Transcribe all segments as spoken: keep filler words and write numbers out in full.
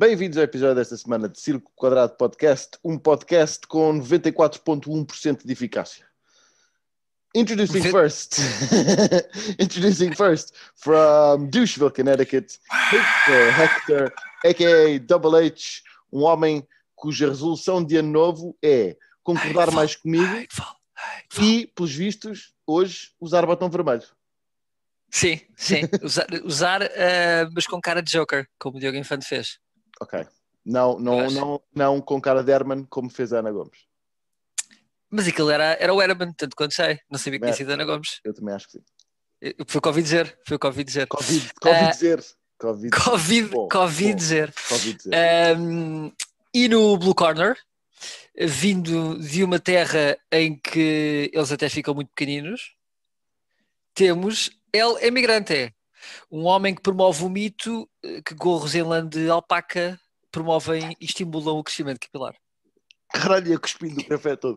Bem-vindos ao episódio desta semana de Círculo Quadrado Podcast, um podcast com noventa e quatro vírgula um por cento de eficácia. Introducing first, introducing first, from Doucheville, Connecticut, Hector, Hector, a k a. Double H, um homem cuja resolução de ano novo é concordar Hey, mais comigo hey, hey, e, pelos vistos, hoje usar batom vermelho. Sim, sim. Usar, usar uh, mas com cara de Joker, como o Diogo Infante fez. Ok. Não, não, não, não com cara de Herman, como fez a Ana Gomes. Mas aquilo era, era o Herman, tanto quanto sei. Não sabia que tinha sido Ana Gomes. Eu também acho que sim. Foi o que ouvi dizer. Foi o que ouvi dizer. Covid, Covid Uh, dizer. Covid, Covid, bom, COVID bom. dizer. Covid dizer. Um, e no Blue Corner, vindo de uma terra em que eles até ficam muito pequeninos, temos El Emigrante, um homem que promove o mito que gorros em lã de alpaca promovem e estimulam o crescimento capilar. Caralho, ia cuspindo o café todo.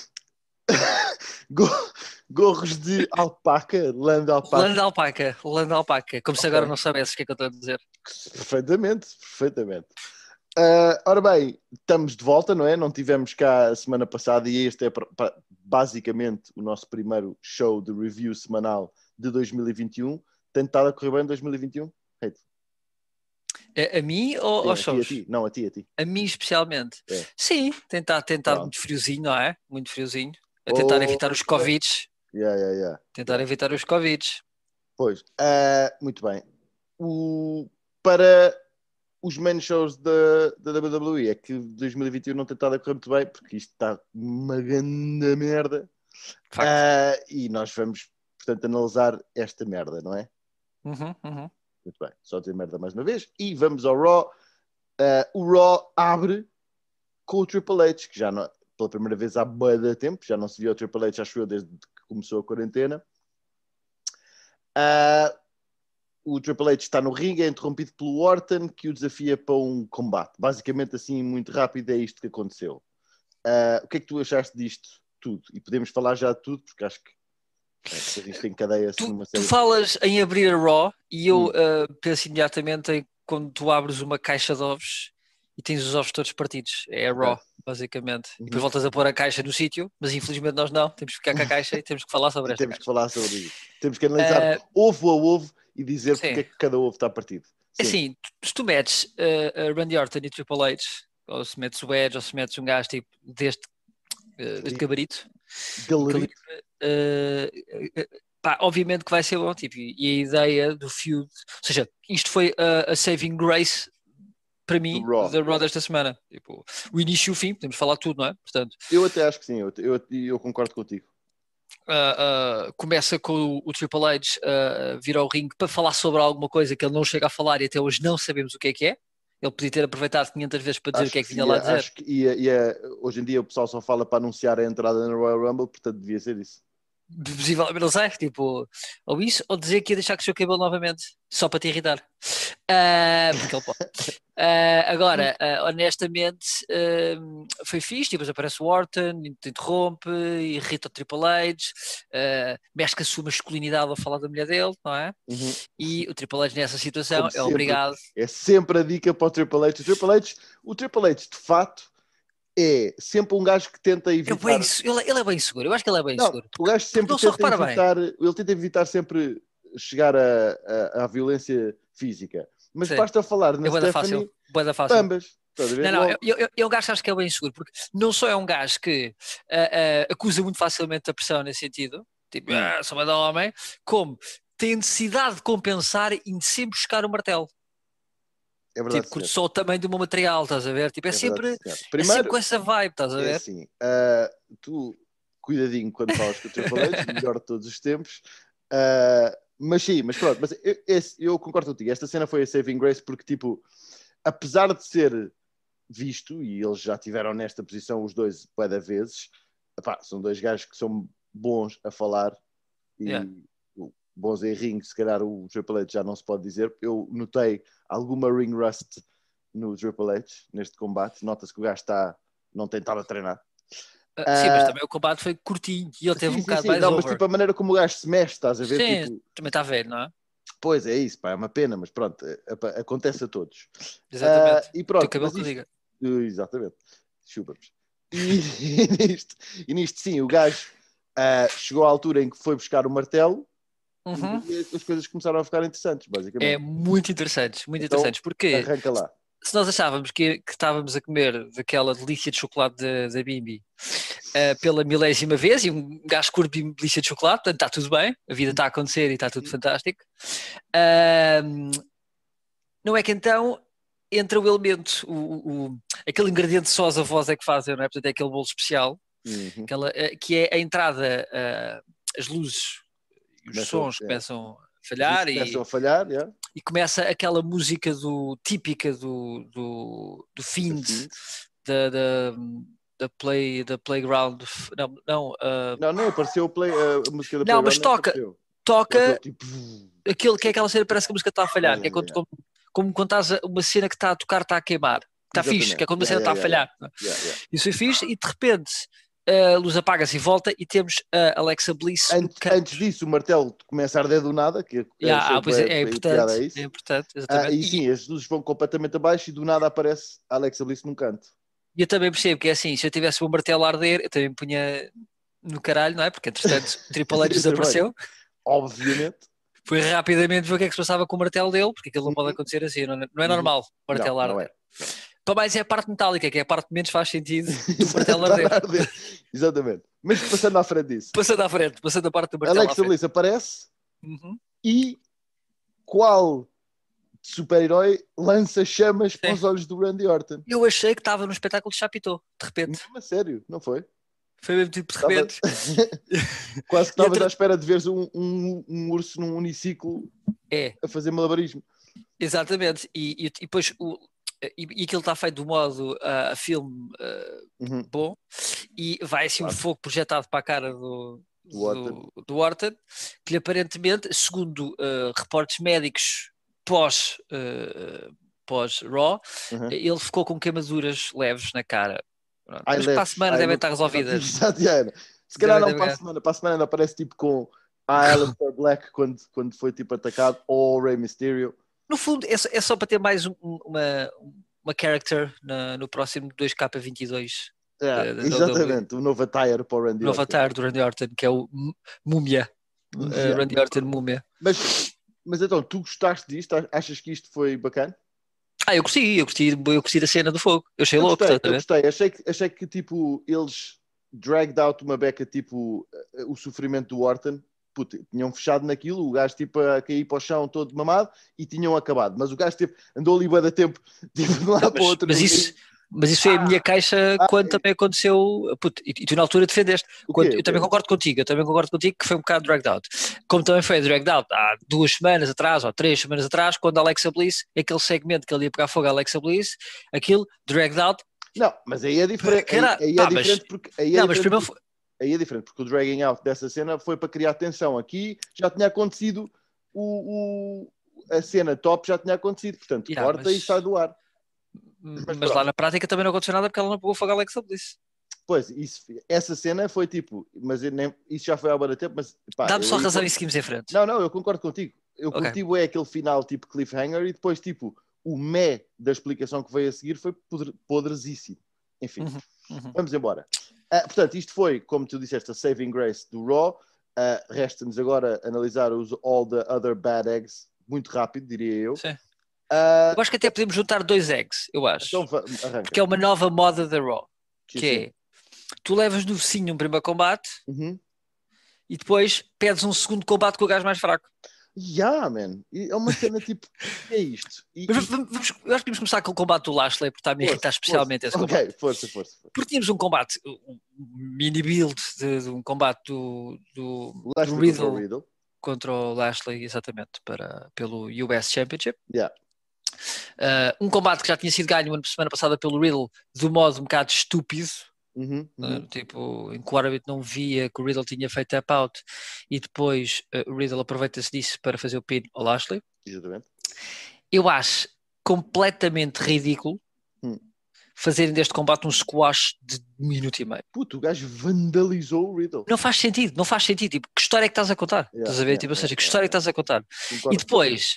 Gorros de alpaca, lã de alpaca. Lã de alpaca, lã de alpaca. Como se Ok. agora não soubesses o que é que eu estou a dizer. Perfeitamente, perfeitamente. Uh, ora bem, estamos de volta, não é? Não tivemos cá a semana passada e este é pra, pra, basicamente o nosso primeiro show de review semanal de dois mil e vinte e um. Tem estado a correr bem em dois mil e vinte e um? Hey. A, a mim ou Sim, aos a shows? ti, a ti. Não, a ti, a ti. A mim especialmente. É. Sim, tentar, tentar Pronto. muito friozinho, não é? Muito friozinho. A Oh, tentar evitar os é. Covids. Yeah, yeah, yeah. Tentar yeah. evitar os Covids. Pois, uh, muito bem. O, para os main shows da, da W W E é que dois mil e vinte e um não tem estado a correr muito bem, porque isto está uma grande merda. Uh, e nós vamos, portanto, analisar esta merda, não é? Uhum, uhum. Muito bem, só dizer merda mais uma vez. E vamos ao Raw. Uh, o Raw abre com o Triple H, que já não, pela primeira vez há bué de tempo, já não se viu o Triple H, acho eu, desde que começou a quarentena. Uh, o Triple H está no ringue, é interrompido pelo Orton, que o desafia para um combate. Basicamente, assim, muito rápido, é isto que aconteceu. Uh, o que é que tu achaste disto tudo? E podemos falar já de tudo, porque acho que é, isto encadeia-se Tu, numa tu série. falas em abrir a Raw e eu Hum. uh, penso imediatamente em quando tu abres uma caixa de ovos e tens os ovos todos partidos. É a Raw, Okay. basicamente. Uhum. E depois voltas a pôr a caixa no sítio, mas infelizmente nós não. Temos que ficar com a caixa e temos que falar sobre esta Temos caixa. que falar sobre isso. Temos que analisar uh, ovo a ovo e dizer sim. porque é que cada ovo está partido. Sim. Assim, se tu metes uh, uh, Randy Orton e Triple H, ou se metes o Edge, ou se metes um gajo tipo deste, uh, deste gabarito, gabarito. Uh, uh, pá, obviamente que vai ser bom, tipo, e a ideia do feud, ou seja, isto foi a, a saving grace para mim da Raw desta semana, tipo, o início e o fim, podemos falar tudo, não é? Portanto, eu até acho que sim, eu, eu, eu concordo contigo. Uh, uh, começa com o, o Triple H uh, vir ao ringue para falar sobre alguma coisa que ele não chega a falar e até hoje não sabemos o que é que é. Ele podia ter aproveitado quinhentas vezes para dizer acho o que é que, que vinha sim, lá dizer. Acho que ia, ia, hoje em dia o pessoal só fala para anunciar a entrada na Royal Rumble, portanto devia ser isso. Possivelmente, não sei, tipo, ou isso, ou dizer que ia deixar crescer o cabelo novamente, só para te irritar. Uh, porque ele pode. Uh, agora, uh, honestamente, uh, foi fixe. Depois aparece o Orton, interrompe, irrita o Triple H, uh, mexe com a sua masculinidade a falar da mulher dele, não é? Uhum. E o Triple H nessa situação Como é sempre, obrigado. É sempre a dica para o Triple H. O Triple H, o Triple H de fato, é sempre um gajo que tenta evitar. É bem, ele, ele é bem seguro, eu acho que ele é bem não, seguro. O gajo sempre tenta evitar, bem. ele tenta evitar sempre chegar a, a, à violência física. Mas Sim. basta falar na é Stephanie, fácil. Bambas. Não, não, eu, eu, eu gajo acho que é bem seguro, porque não só é um gajo que uh, uh, acusa muito facilmente a pressão nesse sentido, tipo, hum. ah, sou uma homem, como tem necessidade de compensar e de sempre buscar o martelo. É verdade, tipo, só o tamanho do meu material, estás a ver? Tipo, é, é sempre, verdade, Primeiro, é sempre com essa vibe, estás a ver? É assim, uh, tu, cuidadinho quando falas com o Triple H, melhor de todos os tempos, uh, mas sim, mas pronto, mas eu, esse, eu concordo contigo, esta cena foi a saving grace porque, tipo, apesar de ser visto, e eles já tiveram nesta posição os dois cada vezes, epá, são dois gajos que são bons a falar e yeah. bons em ringue, se calhar o Triple H já não se pode dizer. Eu notei alguma ring rust no Triple H neste combate, nota-se que o gajo está, não tem estado a treinar. Uh, sim, uh, mas também o combate foi curtinho e ele teve sim, um bocado sim, mais não, over. Mas tipo a maneira como o gajo se mexe, estás a ver? Sim, tipo, também está velho, não é? Pois é isso, pá, é uma pena, mas pronto, é, é, acontece a todos. Exatamente. Uh, e pronto, Teu cabelo mas que isto, diga. uh, exatamente, chupa-nos. E, e, nisto, e nisto sim, o gajo uh, chegou à altura em que foi buscar o martelo Uhum. e as coisas começaram a ficar interessantes, basicamente. É muito interessantes, muito então, interessantes, porque arranca lá. se nós achávamos que, que estávamos a comer daquela delícia de chocolate da, da Bimbi uh, pela milésima vez, e um gajo curte delícia de chocolate, portanto está tudo bem, a vida está a acontecer e está tudo fantástico. Uh, não é que então entra o elemento, o, o, aquele ingrediente só as avós é que fazem, não é? Portanto é aquele bolo especial, Uhum. aquela, uh, que é a entrada, uh, as luzes e os Começam, sons é. começam a falhar e... começam a falhar, yeah. E começa aquela música do, típica do, do, do Fiend, da, da, da, play, da Playground. Não, não, uh... não, nem apareceu play, uh, a música da não Playground. Mas toca, toca tipo... aquilo que é aquela cena, parece que a música está a falhar, yeah, que é quando, yeah. como, como quando estás a, uma cena que está a tocar, está a queimar, está Exatamente. fixe, que é quando uma yeah, cena yeah, está a falhar. Yeah, yeah. Isso é fixe, e de repente a luz apaga-se e volta, e temos a Alexa Bliss. Antes, antes disso, o martelo começa a arder do nada, que yeah, ah, pois é, é, é importante, é, isso. é importante, exatamente. Ah, e sim, e... as luzes vão completamente abaixo e do nada aparece a Alexa Bliss num canto. E eu também percebo que é assim, se eu tivesse o martelo a arder, eu também punha no caralho, não é? Porque entretanto o Triple H desapareceu. Obviamente. Foi rapidamente ver o que é que se passava com o martelo dele, porque aquilo não pode acontecer assim, não é, não é normal o martelo não, arder. Não é. Para mais é a parte metálica, que é a parte que menos faz sentido do martelo arder. arder. Exatamente. Mas passando à frente disso. Passando à frente, passando a parte do martelo Alexa Bliss aparece uhum. e qual super-herói lança chamas Sim. para os olhos do Randy Orton? Eu achei que estava no espetáculo de Chapitão, de repente. Mesmo a sério, não foi? Foi mesmo tipo de repente. Quase que estavas entre... à espera de veres um, um, um urso num uniciclo é. a fazer malabarismo. Exatamente. E, e, e depois o, e, e aquilo está feito de modo uh, a filme uh, uhum. bom, e vai assim claro. um fogo projetado para a cara do, do, Orton. do Orton, que aparentemente, segundo uh, reportes médicos pós, uh, pós Raw, uhum. ele ficou com queimaduras leves na cara. Ai, mas leves. para a semana Ai, devem estar resolvidas. Se calhar não para a semana, para a semana ainda aparece tipo com a Aleister Black quando, quando foi tipo atacado, ou o Rey Mysterio. No fundo é só, é só para ter mais um, uma, uma character na, no próximo dois K vinte e dois. É, de, de, exatamente, o novo attire para o Randy Orton. O novo attire do Randy Orton, que é o Múmia. Uh, Randy Orton Múmia. Mas, mas então, tu gostaste disto? Achas que isto foi bacana? Ah, eu gostei, eu gostei, eu gostei da cena do fogo. Eu achei eu louco. Gostei, tá, eu gostei, achei que, achei que tipo, eles dragged out uma beca, tipo, o sofrimento do Orton. Puta, tinham fechado naquilo, o gajo tipo a cair para o chão todo mamado e tinham acabado. Mas o gajo tipo, andou ali bué da tempo tipo, de um lado para o outro. Mas isso, mas isso foi ah, a minha queixa ah, quando é. também aconteceu. Puto, e, e tu na altura defendeste. Quando, eu também concordo contigo, eu também concordo contigo que foi um bocado dragged out. Como também foi dragged out há duas semanas atrás ou três semanas atrás, quando a Alexa Bliss, aquele segmento que ele ia pegar fogo a Alexa Bliss, aquilo dragged out. Não, mas aí é diferente. Cara, aí, aí pá, é diferente mas, porque. Aí é não, diferente mas primeiro porque... Aí é diferente, porque o dragging out dessa cena foi para criar tensão. Aqui já tinha acontecido o, o, a cena top, já tinha acontecido, portanto, yeah, corta mas... e sai do ar. Mas, mas lá na prática também não aconteceu nada porque ela não pegou fogo a Alexa Bliss. Pois, isso, essa cena foi tipo, mas nem, isso já foi há bastante tempo, mas... Dá-me só razão e seguimos em frente. Não, não, eu concordo contigo. Eu okay. curti é aquele final tipo cliffhanger e depois tipo, o meh da explicação que veio a seguir foi podre, podrezíssimo. Enfim, uhum, uhum. vamos embora. Uh, portanto, isto foi, como tu disseste, a saving grace do Raw. Uh, Resta-nos agora analisar os all the other bad eggs, muito rápido, diria eu. Sim. Uh, eu acho que até podemos juntar dois eggs, eu acho. Então, arranca. Porque é uma nova moda da Raw. Sim, que sim. é, tu levas no focinho um primeiro combate uhum. e depois pedes um segundo combate com o gajo mais fraco. Yeah, man. É uma cena tipo, que é isto? E, Mas vamos, vamos, eu acho que podemos começar com o combate do Lashley, porque está a me irritar especialmente força. esse combate. Ok, força, força, força. Porque tínhamos um combate, um mini build de, de um combate do, do, Lashley do Riddle, contra o Riddle contra o Lashley, exatamente, para, pelo U S Championship. Yeah. Uh, um combate que já tinha sido ganho uma semana passada pelo Riddle de um modo um bocado estúpido. Uhum, uhum. Uh, tipo, em que o árbitro não via que o Riddle tinha feito tap out e depois uh, o Riddle aproveita-se disso para fazer o pin ao Lashley. Exatamente. Eu acho completamente ridículo hum. fazerem deste combate um squash de um minuto e meio. Puto, o gajo vandalizou o Riddle. Não faz sentido, não faz sentido. Tipo, que história é que estás a contar? Yeah, Estás a ver? yeah, Tipo, ou yeah, seja, que yeah, história é que yeah. estás a contar? Concordo E depois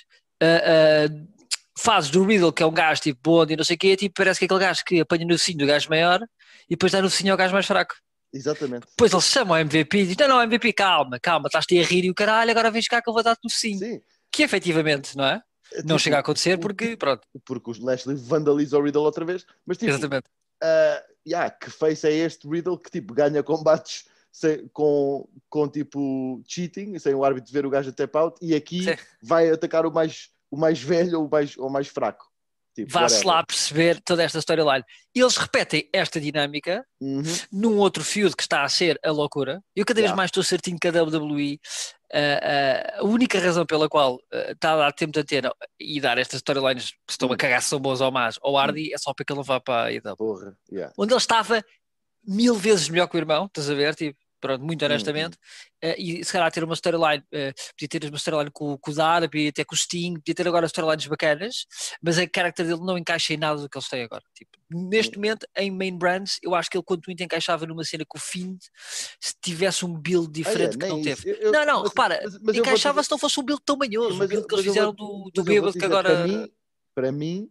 uh, uh, fazes do Riddle, que é um gajo tipo bom e não sei o quê, tipo, parece que é aquele gajo que apanha no focinho do gajo maior e depois dá no focinho ao gajo mais fraco. Exatamente. Depois ele chama o M V P e diz: Não, não, M V P, calma, calma, estás-te a rir e o caralho, agora vens cá que eu vou dar-te no focinho. Sim. Que efetivamente, não é? É, Não tipo, chega a acontecer porque, pronto. Porque o Lashley vandaliza o Riddle outra vez. Mas tipo, Exatamente. Uh, yeah, que face é este Riddle que tipo ganha combates sem, com, com tipo cheating, sem o árbitro ver o gajo a tap out, e aqui Sim. vai atacar o mais, o mais velho ou o mais, ou o mais fraco. Tipo, Vá-se whatever. lá perceber toda esta storyline. Eles repetem esta dinâmica Uhum. num outro feud que está a ser a loucura. Eu cada Yeah. vez mais estou certinho que a W W E, uh, uh, a única razão pela qual uh, está a dar tempo de antena e dar estas storylines que estão Hum. a cagar se são boas ou más ao Hardy é só para que ele não vá para a E W. Porra. Yeah. Onde ele estava mil vezes melhor que o irmão, estás a ver? Tipo, pronto, muito honestamente. Uh, e se calhar ter uma storyline, uh, podia ter uma storyline com, com o Darby, até com o Sting, podia ter agora storylines bacanas, mas a character dele não encaixa em nada do que eles têm agora. Tipo, neste momento, em main brands, eu acho que ele quanto muito encaixava numa cena com o Fiend, se tivesse um build diferente Ah, que é, não teve. teve. Eu, não, não, mas, repara, mas, mas encaixava dizer... se não fosse um build tão manhoso, Sim, mas, o build que mas eles fizeram vou... do, do bêbado bêbado que agora... Para mim, para mim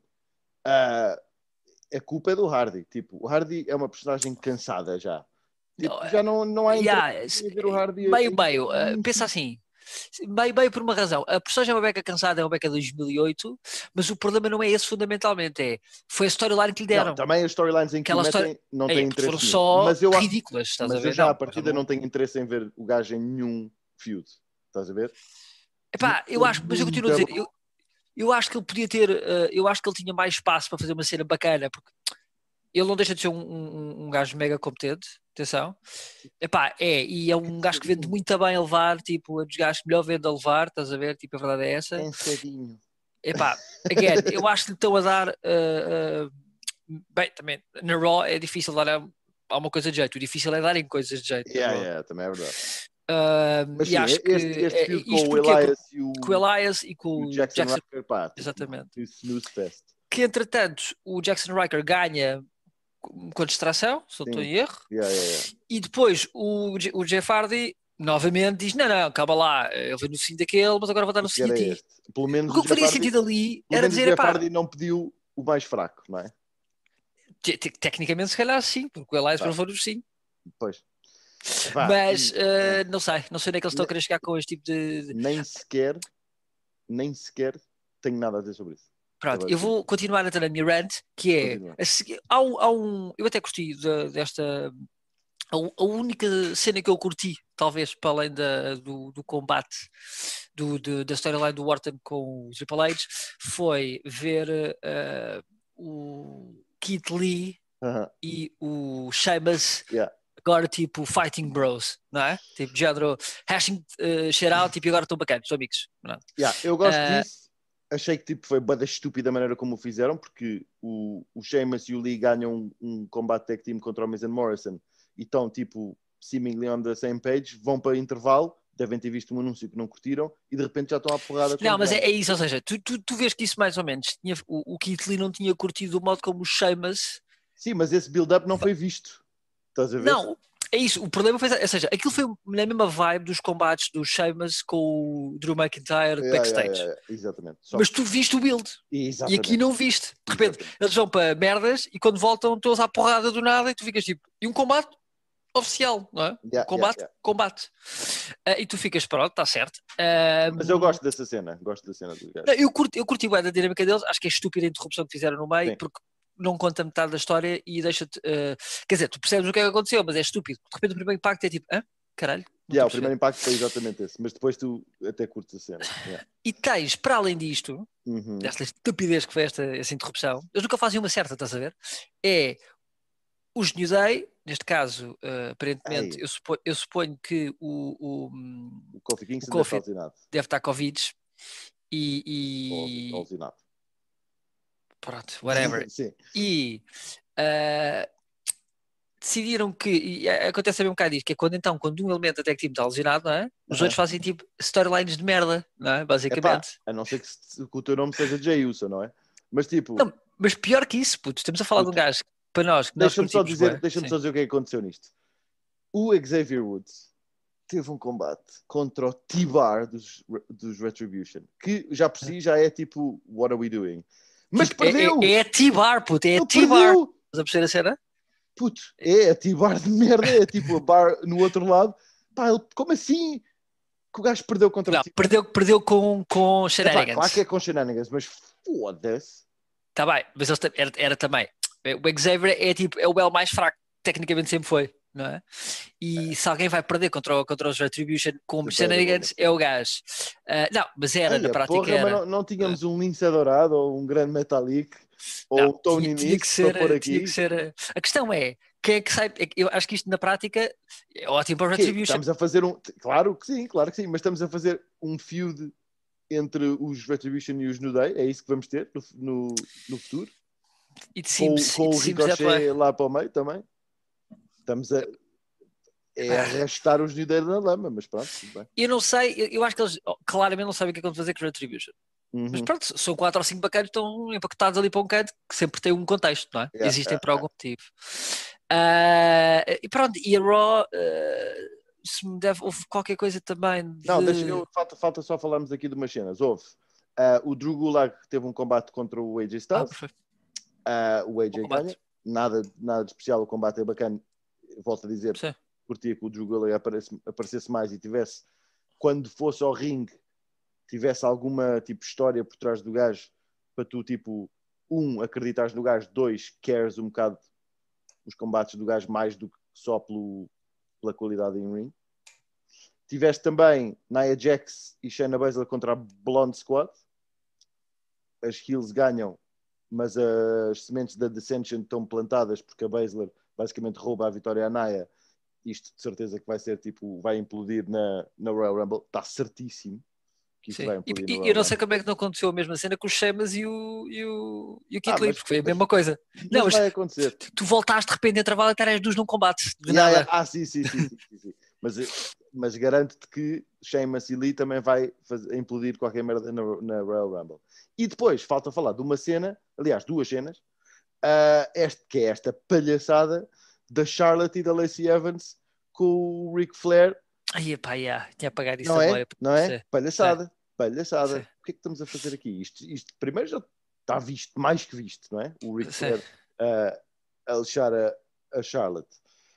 uh, a culpa é do Hardy. Tipo, o Hardy é uma personagem cansada já. Tipo, Não, já não, não há yeah, interesse em ver o Hardy. meio, a- meio, a- uh, pensa assim, meio, meio por uma razão. A personagem é uma beca cansada, é uma beca de dois mil e oito, mas o problema não é esse fundamentalmente, é, foi a storyline que lhe deram. Não, também as storylines em que o Aquela metem história- não É, têm porque interesse foram nenhum. só Mas eu, ridículas, estás mas a ver? eu já Não, à partida mas eu não tenho interesse em ver o gajo em nenhum feud. Estás a ver? Epá, eu acho, mas eu continuo a dizer, eu, eu acho que ele podia ter, uh, eu acho que ele tinha mais espaço para fazer uma cena bacana, porque ele não deixa de ser um, um, um gajo mega competente, atenção. Epá, é, e é um gajo que vende muito bem a levar, tipo, é dos gajos que melhor vende a levar, estás a ver? Tipo, a verdade é essa. Cansadinho. Epá, again, eu acho que lhe estão a dar, uh, uh, bem, também, na Raw é difícil dar a, alguma coisa de jeito, o difícil é darem coisas de jeito. Yeah, yeah, também é verdade. Uh, Mas e sim, acho que este, este é, feud isto com o porquê? Elias e o, Com o Elias e com e o o Jackson, Jackson, Riker, pá, tipo, exatamente. o snooze fest. Que entretanto o Jackson Riker ganha com distração, se não estou em erro, Yeah, yeah, yeah. e depois o, Je- o Jeff Hardy novamente diz: Não, não, acaba lá, eu venho no fim daquele, mas agora vou dar no Que fim a era ti. este. Pelo menos Porque o que Jeff faria Hardy- sentido ali pelo era menos o dizer: Jeff Epá, Hardy não pediu o mais fraco, não é? te- te- tecnicamente se calhar sim, porque o Elias Tá. para fora sim. Pois. Vá, Mas e- uh, não sei, não sei onde é que eles estão a querer chegar com este tipo de. nem sequer, nem sequer tenho nada a dizer sobre isso. Pronto, Agora eu sim. vou continuar então na minha rant, que é Continua. a seguir- há um, há um- eu até curti de- desta. A, u- a única cena que eu curti, talvez para além da, do, do combate do, de- da storyline do Orton com o Triple H, foi ver uh, o Keith Lee Aham, e o Sheamus yeah. agora tipo fighting bros, não é? Tipo, de género, hashing uh, shit out, tipo, e agora estão bacanas, estão amigos. Não é? Yeah, eu gosto Ah, disso. Achei que tipo, foi bada estúpida a maneira como o fizeram, porque o, o Sheamus e o Lee ganham um, um combate tag team contra o Miz and Morrison e estão tipo, seemingly on the same page, vão para intervalo, devem ter visto um anúncio que não curtiram e de repente já estão à porrada. Não, quando mas é, ganham. é isso, ou seja, tu, tu, tu vês que isso mais ou menos, tinha, o, o Keith Lee não tinha curtido o modo como o Sheamus. Sim, mas esse build-up não foi visto. Estás a ver? Não, é isso, o problema foi, ou seja, aquilo foi na mesma vibe dos combates do Sheamus com o Drew McIntyre Yeah, backstage. yeah, yeah, exatamente. Só- Mas tu viste o build Exatamente. e aqui não viste. De repente, Exatamente. eles vão para merdas e quando voltam, todos à porrada do nada e tu ficas tipo, e um combate oficial, não é? Yeah, Um combate, yeah, yeah. combate. Ah, e tu ficas, pronto, está certo. Ah, Mas eu gosto dessa cena. Gosto da cena dos gajos. Não, eu curti, eu curti bem da dinâmica deles, acho que é estúpida a interrupção que fizeram no meio, Sim. porque não conta metade da história e deixa-te. Uh, quer dizer, tu percebes o que é que aconteceu, mas é estúpido. De repente o primeiro impacto é tipo, hã? Caralho. Não Yeah, estou a o primeiro perceber. impacto foi exatamente esse, mas depois tu até curtes a cena. Yeah. E tens, para além disto, Uhum. desta estupidez que foi esta, essa interrupção, eles nunca fazem uma certa, estás a ver? É os New Day, neste caso, uh, aparentemente, Ei. eu suponho, eu suponho que o, o, O Kofi Kingston O Kofi- deve estar alucinado. deve estar Covid e, Ou e alucinado. pronto, whatever. Sim. E uh, decidiram que, e acontece também um bocado disso, que é quando então, quando um elemento até que tipo está lesionado, não é? Os Aham. outros fazem tipo storylines de merda, não é? Epá, Basicamente. a não ser que, se- que o teu nome seja Jay Uso, não é? Mas tipo, Não, mas pior que isso, puto, estamos a falar de um Puto. gajo para nós, que nós Deixa-me só curtimos, dizer, bué, deixa-me sim. só dizer o que é que aconteceu nisto. O Xavier Woods teve um combate contra o T-Bar dos, dos Retribution, que já por si já é tipo, what are we doing? Mas Tipo, é, perdeu! é, é a T-Bar, puto, é a Ele T-Bar. perdeu! Estás a perceber a cena? Puto, é a T-Bar de merda, é tipo a bar no outro lado. Pá, ele, como assim que o gajo perdeu contra o Não, T-Bar? perdeu, perdeu com, com Epá, claro que é shenanigans. com shenanigans, mas foda-se. Tá bem, mas eles, era, era também. O Xavier é tipo, é o L mais fraco, tecnicamente sempre foi, não é? E se alguém vai perder contra, o- contra os Retribution com Super shenanigans, Bowl. é o gajo. Ah, não, mas era, Ai, na a prática porra, mas era. não, não tínhamos um Lince Dourado ou um grande Metallic Não, ou um Tony tinha, tinha que Nese para pôr ser, tinha que aqui. ser. A questão é, quem é que sai? é que Eu acho que isto na prática é ótimo para o Que Retribution. estamos a fazer um. Claro que sim, claro que sim, mas estamos a fazer um feud entre os Retribution e os New Day. É isso que vamos ter no, no, no futuro. It Com, seems, com it o seems that Ricochet way. lá para o meio também. Estamos a é arrastar os New Day na lama, mas pronto, tudo bem. Eu não sei, eu, eu acho que eles oh, claramente não sabem o que é que vão fazer com o Retribution. Mas Uhum. pronto, são quatro ou cinco bacanas que estão empacotados ali para um canto que sempre tem um contexto, não é? Yeah, Existem yeah, por algum motivo. Ah, e pronto, e a Raw, ah, se me deve, houve qualquer coisa também de. Não, deixa, eu, falta, falta só falarmos aqui de umas cenas. Houve uh, o Drew Gulak que teve um combate contra o A J Ah, Styles. perfeito. Uh, o A J Bom combate. ganha. Nada, nada de especial, o combate é bacana. Volto a dizer, Sim. curtia que o Drew Gulak aparecesse, aparecesse mais e tivesse, quando fosse ao ringue, tivesse alguma tipo história por trás do gajo para tu, tipo, um, acreditares no gajo, dois, queres um bocado os combates do gajo mais do que só pelo, pela qualidade em ring. Tiveste também Nia Jax e Shayna Baszler contra a Blonde Squad. As heels ganham, mas as sementes da Dissension estão plantadas porque a Baszler basicamente rouba a vitória à Nia. Isto de certeza que vai ser tipo, vai implodir na, na Royal Rumble. Está certíssimo que isto Sim. vai E, implodir e no eu Royal não sei Rumble. como é que não aconteceu a mesma cena com os Sheamus e o, e o, e o Keith Ah, Lee, mas- porque foi a mas- mesma coisa. Mas Não, mas vai acontecer. tu, tu voltaste de repente a trabalhar e as duas num combate, de Yeah, nada. yeah. Ah, sim, sim, sim, sim, sim, sim. Mas, mas garanto-te que Sheamus e Lee também vai fazer, implodir qualquer merda na, na Royal Rumble. E depois, falta falar de uma cena, aliás, duas cenas, uh, este, que é esta palhaçada da Charlotte e da Lacey Evans com o Ric Flair. Ai, pá, yeah, tinha apagado isso Não da é? memória. Não é? Sim, Palhaçada. sim, Palhaçada. sim, O que é que estamos a fazer aqui? Isto, isto primeiro já está visto, mais que visto, não é? O Ric sim. Flair uh, a lixar a, a Charlotte.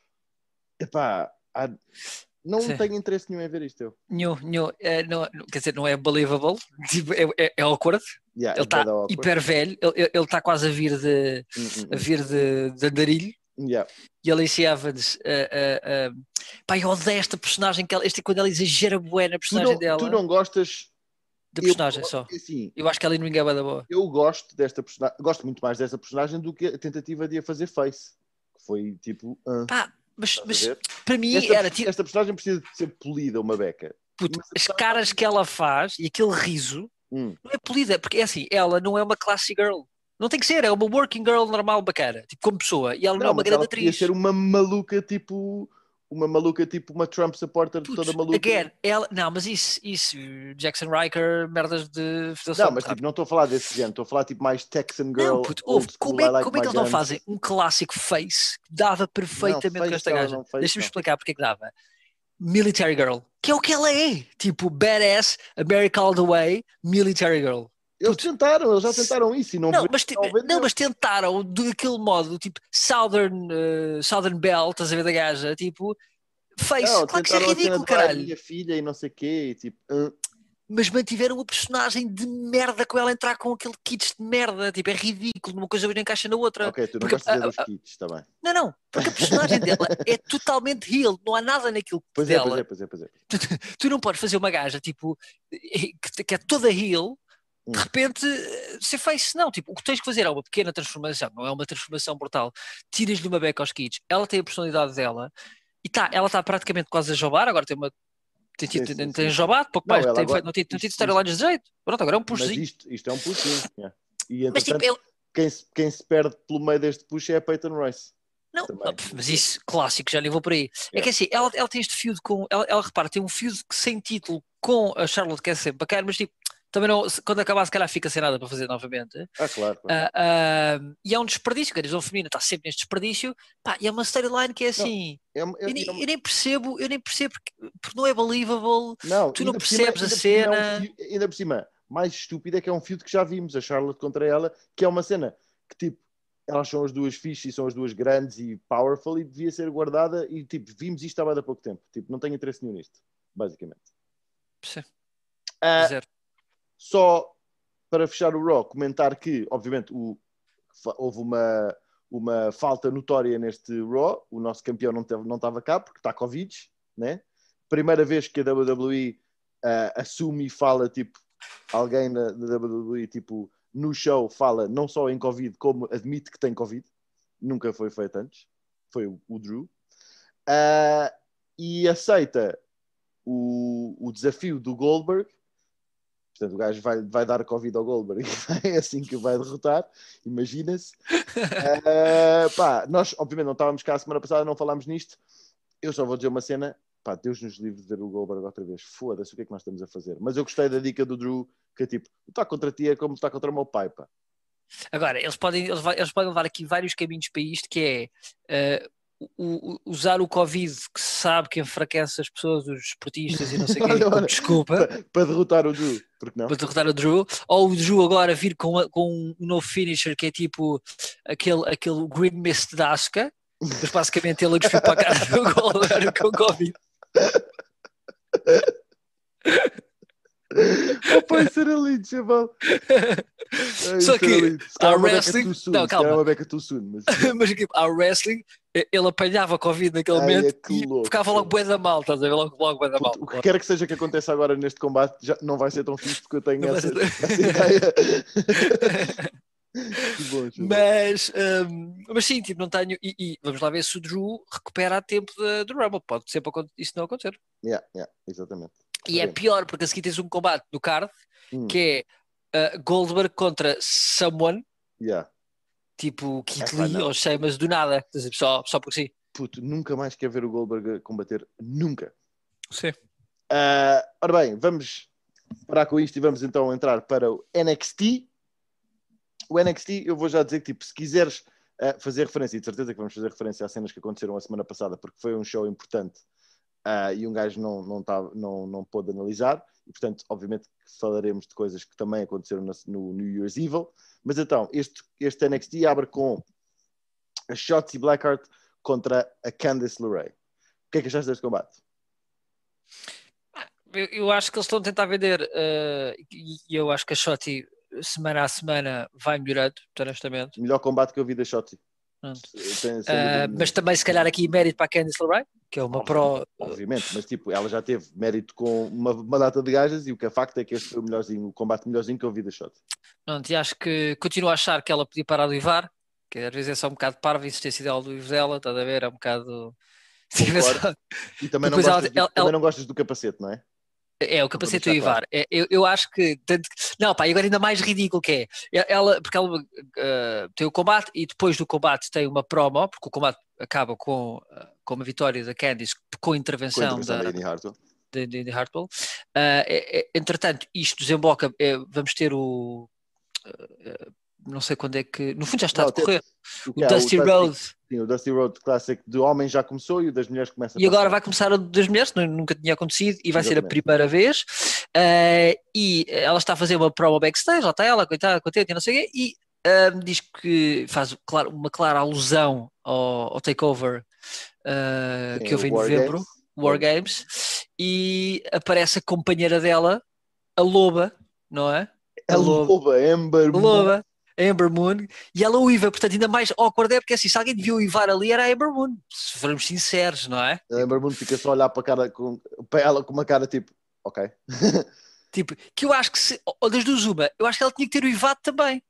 Epá, há, não Sim. tenho interesse nenhum em ver isto. Eu. Nenhum, nenhum, é, não, quer dizer, não é believable, tipo, é, é, é awkward. Yeah, Ele é está bué da awkward. hiper velho, ele está quase a vir de, Hum, hum, a hum. vir de, de andarilho. Yeah. E a Lacey Evans, uh, uh, uh, pá, eu odeio esta personagem, que ela, este, quando ela exagera bué na Tu, personagem não, dela, tu não gostas. da Eu, personagem só. assim, Eu acho que ela em ninguém é bué da boa. eu gosto desta personagem. Gosto muito mais desta personagem do que a tentativa de a fazer face. Que foi tipo. ah, Pá, mas, estás a mas ver? para mim esta, era tipo, esta personagem precisa de ser polida, uma beca. puto, Mas a as personagem- caras que ela faz e aquele riso Hum. não é polida, porque é assim, ela não é uma classy girl. Não tem que ser, é uma working girl normal, bacana, tipo como pessoa, e ela não, Não, é uma mas grande ela podia atriz. ser uma maluca tipo. Uma maluca tipo uma Trump supporter Puto, toda maluca. again, ela, não, mas isso, isso, Jackson Riker, merdas de Não, mas tipo, não estou a falar desse género, estou a falar tipo mais Texan Girl, Não, puto, old ouve, school, como é, I like como é my que eles não guns. fazem um clássico face que dava perfeitamente Não, com esta face ela gaja? não fez, Deixa-me não. explicar porque é que dava. Military Girl, que é o que ela é. Tipo, badass, America all the way, Military Girl. Eles Puto, tentaram, eles já tentaram isso e não, Não, ve- mas, tipo, não vendeu. não, mas tentaram daquele modo, tipo, Southern, uh, Southern Belle, estás a ver da gaja, tipo, face. Não, Claro que isso é tentaram a cena ridículo, de vai, caralho. minha filha e não sei o quê, e tipo, ah, Mas mantiveram a personagem de merda com ela entrar com aquele kits de merda, tipo, é ridículo, uma coisa não encaixa na outra. ok, tu não Porque gostas de a- ver os a- kits, está bem. Não, não, porque a personagem dela é totalmente healed, não há nada naquilo Pois é, dela. pois é, pois é, pois é. Tu não podes fazer uma gaja, tipo, que, que é toda heal, Hum. de repente ser face, não, tipo, o que tens que fazer é uma pequena transformação, não é uma transformação brutal, tiras-lhe uma beca aos kits, ela tem a personalidade dela, e tá, ela está praticamente quase a jobar, agora tem uma tem, Sim, tem, sim, tem sim. jobado, pouco Não, mais, ela tem, agora- feito- não tem, não tem isto- storylines de jeito, pronto, agora é um Mas pushzinho. isto, isto é um push, sim. yeah. E Mas tipo, entretanto, ele, quem, se, quem se perde pelo meio deste push é a Peyton Royce. não, Também. não, mas isso, clássico, já nem vou por aí. É Yeah. que assim, ela, ela tem este feud com, ela, ela repara, tem um feud que sem título com a Charlotte, que é sempre bacana, mas tipo, também não, se- quando acabar, se calhar fica sem nada para fazer novamente. Ah, claro, claro. Ah, ah, e é um desperdício, que a divisão feminina está sempre neste desperdício. Pá, e é uma storyline que é Não, assim. é, uma- é, Eu é nem, uma- eu nem percebo, eu nem percebo porque, porque não é believable, não, tu não ainda por cima, percebes a ainda por cima é um cena. fio, ainda por cima, mais estúpido é que é um feud que já vimos, a Charlotte contra ela, que é uma cena que tipo, elas são as duas fixe e são as duas grandes e powerful e devia ser guardada e tipo, vimos isto há bem há pouco tempo. Tipo, não tenho interesse nenhum nisto, basicamente. Sim, Ah, zero. só para fechar o Raw, comentar que, obviamente, o, houve uma, uma falta notória neste Raw. O nosso campeão não, teve, não estava cá porque está Covid, né? Primeira vez que a W W E uh, assume e fala, tipo, alguém na, na W W E, tipo, no show fala não só em Covid, como admite que tem Covid. Nunca foi feito antes. Foi o, o Drew. Uh, e aceita o, o desafio do Goldberg. Portanto, o gajo vai, vai dar Covid ao Goldberg e é assim que vai derrotar, imagina-se. Uh, pá, nós, obviamente, não estávamos cá a semana passada, não falámos nisto. Eu só vou dizer uma cena. Pá, Deus nos livre de ver o Goldberg outra vez. Foda-se, o que é que nós estamos a fazer? Mas eu gostei da dica do Drew, que é tipo, lutar contra ti é como lutar contra o meu pai, pá. Agora, eles podem, eles, vai- eles podem levar aqui vários caminhos para isto, que é uh, o- o- usar o Covid, que se sabe que enfraquece as pessoas, os esportistas e não sei quem, Olha, como olha, desculpa para, para derrotar o Drew, porque não? para derrotar o Drew, ou o Drew agora vir com, a- com um novo finisher que é tipo aquele, aquele Green Mist da Asuka, mas basicamente ele a cuspir para a cara do Goldberg com Covid. Oh, pai, isso era lindo, chaval. É, Só isso era que lindo. Se há calhar uma beca wrestling, too soon, não, se calhar calma, uma beca too soon, mas... mas aqui, há wrestling, ele apanhava Covid naquele Ai, é momento que e louco, ficava logo chaval. bué da mal, estás a ver? Logo, logo bué da mal. Puto, o que quer que seja que aconteça agora neste combate já não vai ser tão fixe porque eu tenho Não vai essa, ser... essa ideia. Que bom, chaval. mas, hum, mas sim, tipo, não tenho. E, e vamos lá ver se o Drew recupera a tempo da- do Rumble. Pode sempre acon- isso não acontecer. Yeah, yeah, exatamente. E é Veremos. pior, porque a seguir tens um combate no card Hum, que é uh, Goldberg contra someone, yeah. tipo Keith Epá, Lee não. ou Sheamus do nada, estás a ver? só, só por si. Puto, nunca mais quer ver o Goldberg a combater. Nunca. Sim. Ah, ora bem, vamos parar com isto e vamos então entrar para o N X T. O N X T, eu vou já dizer que, tipo, se quiseres uh, fazer referência, e de certeza que vamos fazer referência às cenas que aconteceram a semana passada, porque foi um show importante uh, e um gajo não, não, tá, não, não pôde analisar, e portanto, obviamente, falaremos de coisas que também aconteceram no, no New Year's Evil. Mas então, este, este N X T abre com a Shotzi Blackheart contra a Candice LeRae. O que é que achaste deste combate? Eu, eu acho que eles estão a tentar vender uh, e, e eu acho que a Shotty semana a semana vai melhorando, honestamente. Melhor combate que eu vi da Shotzi. Pronto. Sem, sem dúvida Uh, nenhuma. mas também, se calhar, aqui mérito para a Candice LeRae, que é uma Obvi- pro. Obviamente, mas tipo, ela já teve mérito com uma, uma data de gajas e o que é facto é que este foi o melhorzinho, o combate melhorzinho que eu vi da Shotzi. Pronto, e acho que continuo a achar que ela podia parar do Ivar, que às vezes é só um bocado parva a insistência dela do Ivo dela, estás a ver? É um bocado. Concordo. E também não, Depois ela, gostas do, ela, também ela- não gostas do capacete, não é? é o Só para capacete do deixar claro. Ivar. É, eu, eu acho que. Tanto, que- não, pá, e agora ainda mais ridículo que é. Ela, porque ela uh, tem o combate e depois do combate tem uma promo, porque o combate acaba com, uh, com uma vitória da Candice com a Com a intervenção, intervenção da, da Indy Hartwell. de, de, de Hartwell. Uh, é, é, entretanto, isto desemboca. É, vamos ter o. uh, não sei quando é que. No fundo já está Não, a decorrer. O, O que é, Dusty o, Rhodes. sim, o Dusty Road Classic de homens já começou e o das mulheres começa E agora para vai começar o das mulheres, não- nunca tinha acontecido, e vai ser a Exatamente. primeira vez. Uh, e ela está a fazer uma promo backstage, lá está ela, coitada, contente, e não sei o quê, e uh, diz que faz claro, uma clara alusão ao, ao takeover uh, Sim, que houve em o War novembro, Games. War Games, e aparece a companheira dela, a Loba, não é? A Loba, Amber A Moon. Loba, a Amber Moon, e ela uiva, portanto, ainda mais awkward é porque assim, se alguém devia uivar ali era a Amber Moon, se formos sinceros, não é? A Amber Moon fica só a olhar para, a cara com, para ela com uma cara tipo, ok. Tipo, que eu acho que se, ou das duas uma, eu acho que ela tinha que ter uivado também.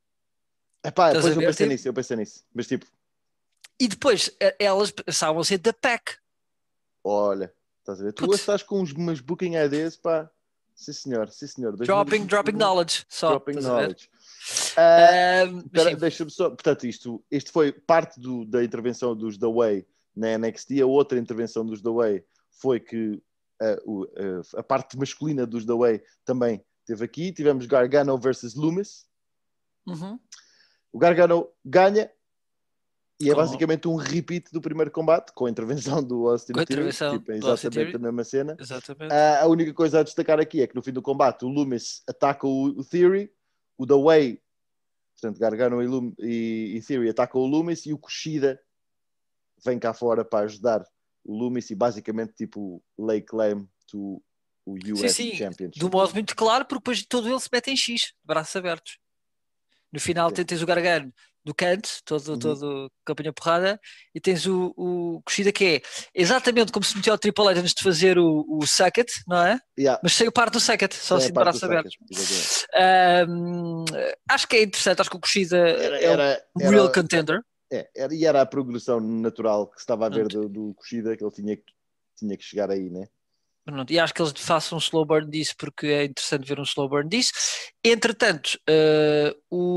Epá, Estás depois a eu ver, pensei tipo? nisso, eu pensei nisso. Mas tipo, E depois eh, elas passavam a ser da pack. olha, estás a ver? Tu Putz, estás com uns, umas booking ideas, pá. Sim senhor, sim senhor. dropping, dropping dois mil e vinte e um, knowledge, só, Dropping estás a ver? knowledge. Ah, Ahm, mas espera, sim, deixa-me só. Portanto, isto, isto foi parte do, da intervenção dos The Way na N X T. A outra intervenção dos The Way foi que ah, o, ah, a parte masculina dos The Way também teve aqui, tivemos Gargano versus Loomis. Uhum. O Gargano ganha e é Com- basicamente um repeat do primeiro combate, com a intervenção do Austin Com a Theory, intervenção tipo, é do Austin exatamente Theory. a mesma cena. Exatamente. Uh, a única coisa a destacar aqui é que no fim do combate o Loomis ataca o, o Theory, o The Way, portanto Gargano e, Lum, e, e Theory atacam o Loomis e o Kushida vem cá fora para ajudar o Loomis e basicamente tipo lay claim to o U S Sim, sim, Championship. de um modo muito claro, porque depois todo ele se mete em X, de braços abertos. No final Sim. tens o Gargano do canto, todo, Uhum. todo campanha porrada, e tens o, o Kushida que é exatamente como se metia o Triple H antes de fazer o, o Suck It, não é? Yeah. Mas sem o parte do Suck It, só Sem a assim de parte braços do abertos. Suck Ahm, acho que é interessante, acho que o Kushida Era, é um era, real era, contender. é, era, e era a progressão natural que se estava a ver Pronto. do, do Kushida, que ele tinha, que- tinha que chegar aí, né? Pronto, e acho que eles façam um slow burn disso porque é interessante ver um slow burn disso. Entretanto, eh,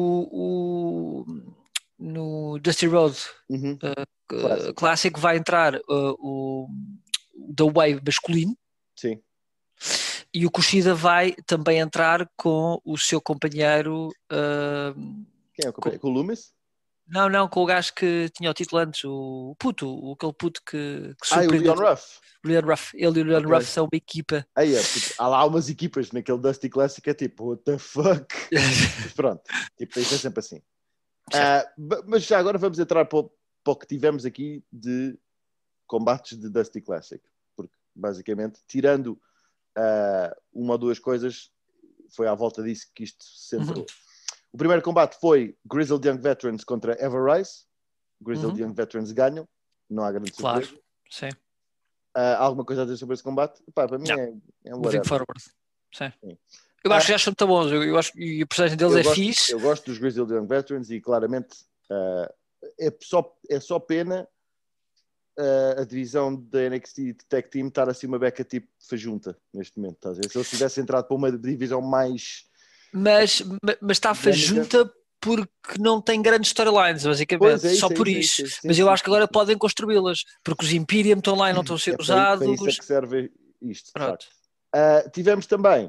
o, o- no Dusty Road Uhum. eh, Clássico. Clássico vai entrar eh, o, o The Way masculino Sim. e o Kushida vai também entrar com o seu companheiro. eh, Quem é o com- companheiro? Com o Loomis? não, não, com o gajo que tinha o título antes, o puto, o, aquele puto que, que Ah, e o surpreendeu. Leon Ruff. O Leon Ruff. Ele e o Leon Ok. Ruff são uma equipa. Aí é, tipo, há lá umas equipas naquele Dusty Classic, é tipo, what the fuck? Mas pronto, tipo, isso é sempre assim. Ah, b- mas já agora vamos entrar para o, para o que tivemos aqui de combates de Dusty Classic. Porque, basicamente, tirando ah, uma ou duas coisas, foi à volta disso que isto se centrou. Uhum. O primeiro combate foi Grizzled Young Veterans contra Ever Rise. Grizzled Uhum. Young Veterans ganham, não há grande surpresa. Claro, sim. Ah, alguma coisa a dizer sobre esse combate? Pá, para mim Não. é, é um Moving whatever. forward. Sim. Sim. Eu acho Ah, que já são tão bons. Eu, eu acho, e a personagem deles eu é gosto, fixe. eu gosto dos Grizzled Young Veterans e claramente ah, é, só, é só pena ah, a divisão da N X T de Tag Team estar assim uma beca tipo fajunta neste momento. Estás a ver? Se eles tivessem entrado para uma divisão mais Mas, ma- mas está dinâmica. junta porque não tem grandes storylines, basicamente. Pois é isso, Só é por isso, é isso. isso, é isso. Sim, Mas eu sim, acho que sim, agora sim. podem construí-las. Porque os Imperium estão lá e não estão a ser É para, para usados. isso é que serve isto, de Pronto. facto. Ah, tivemos também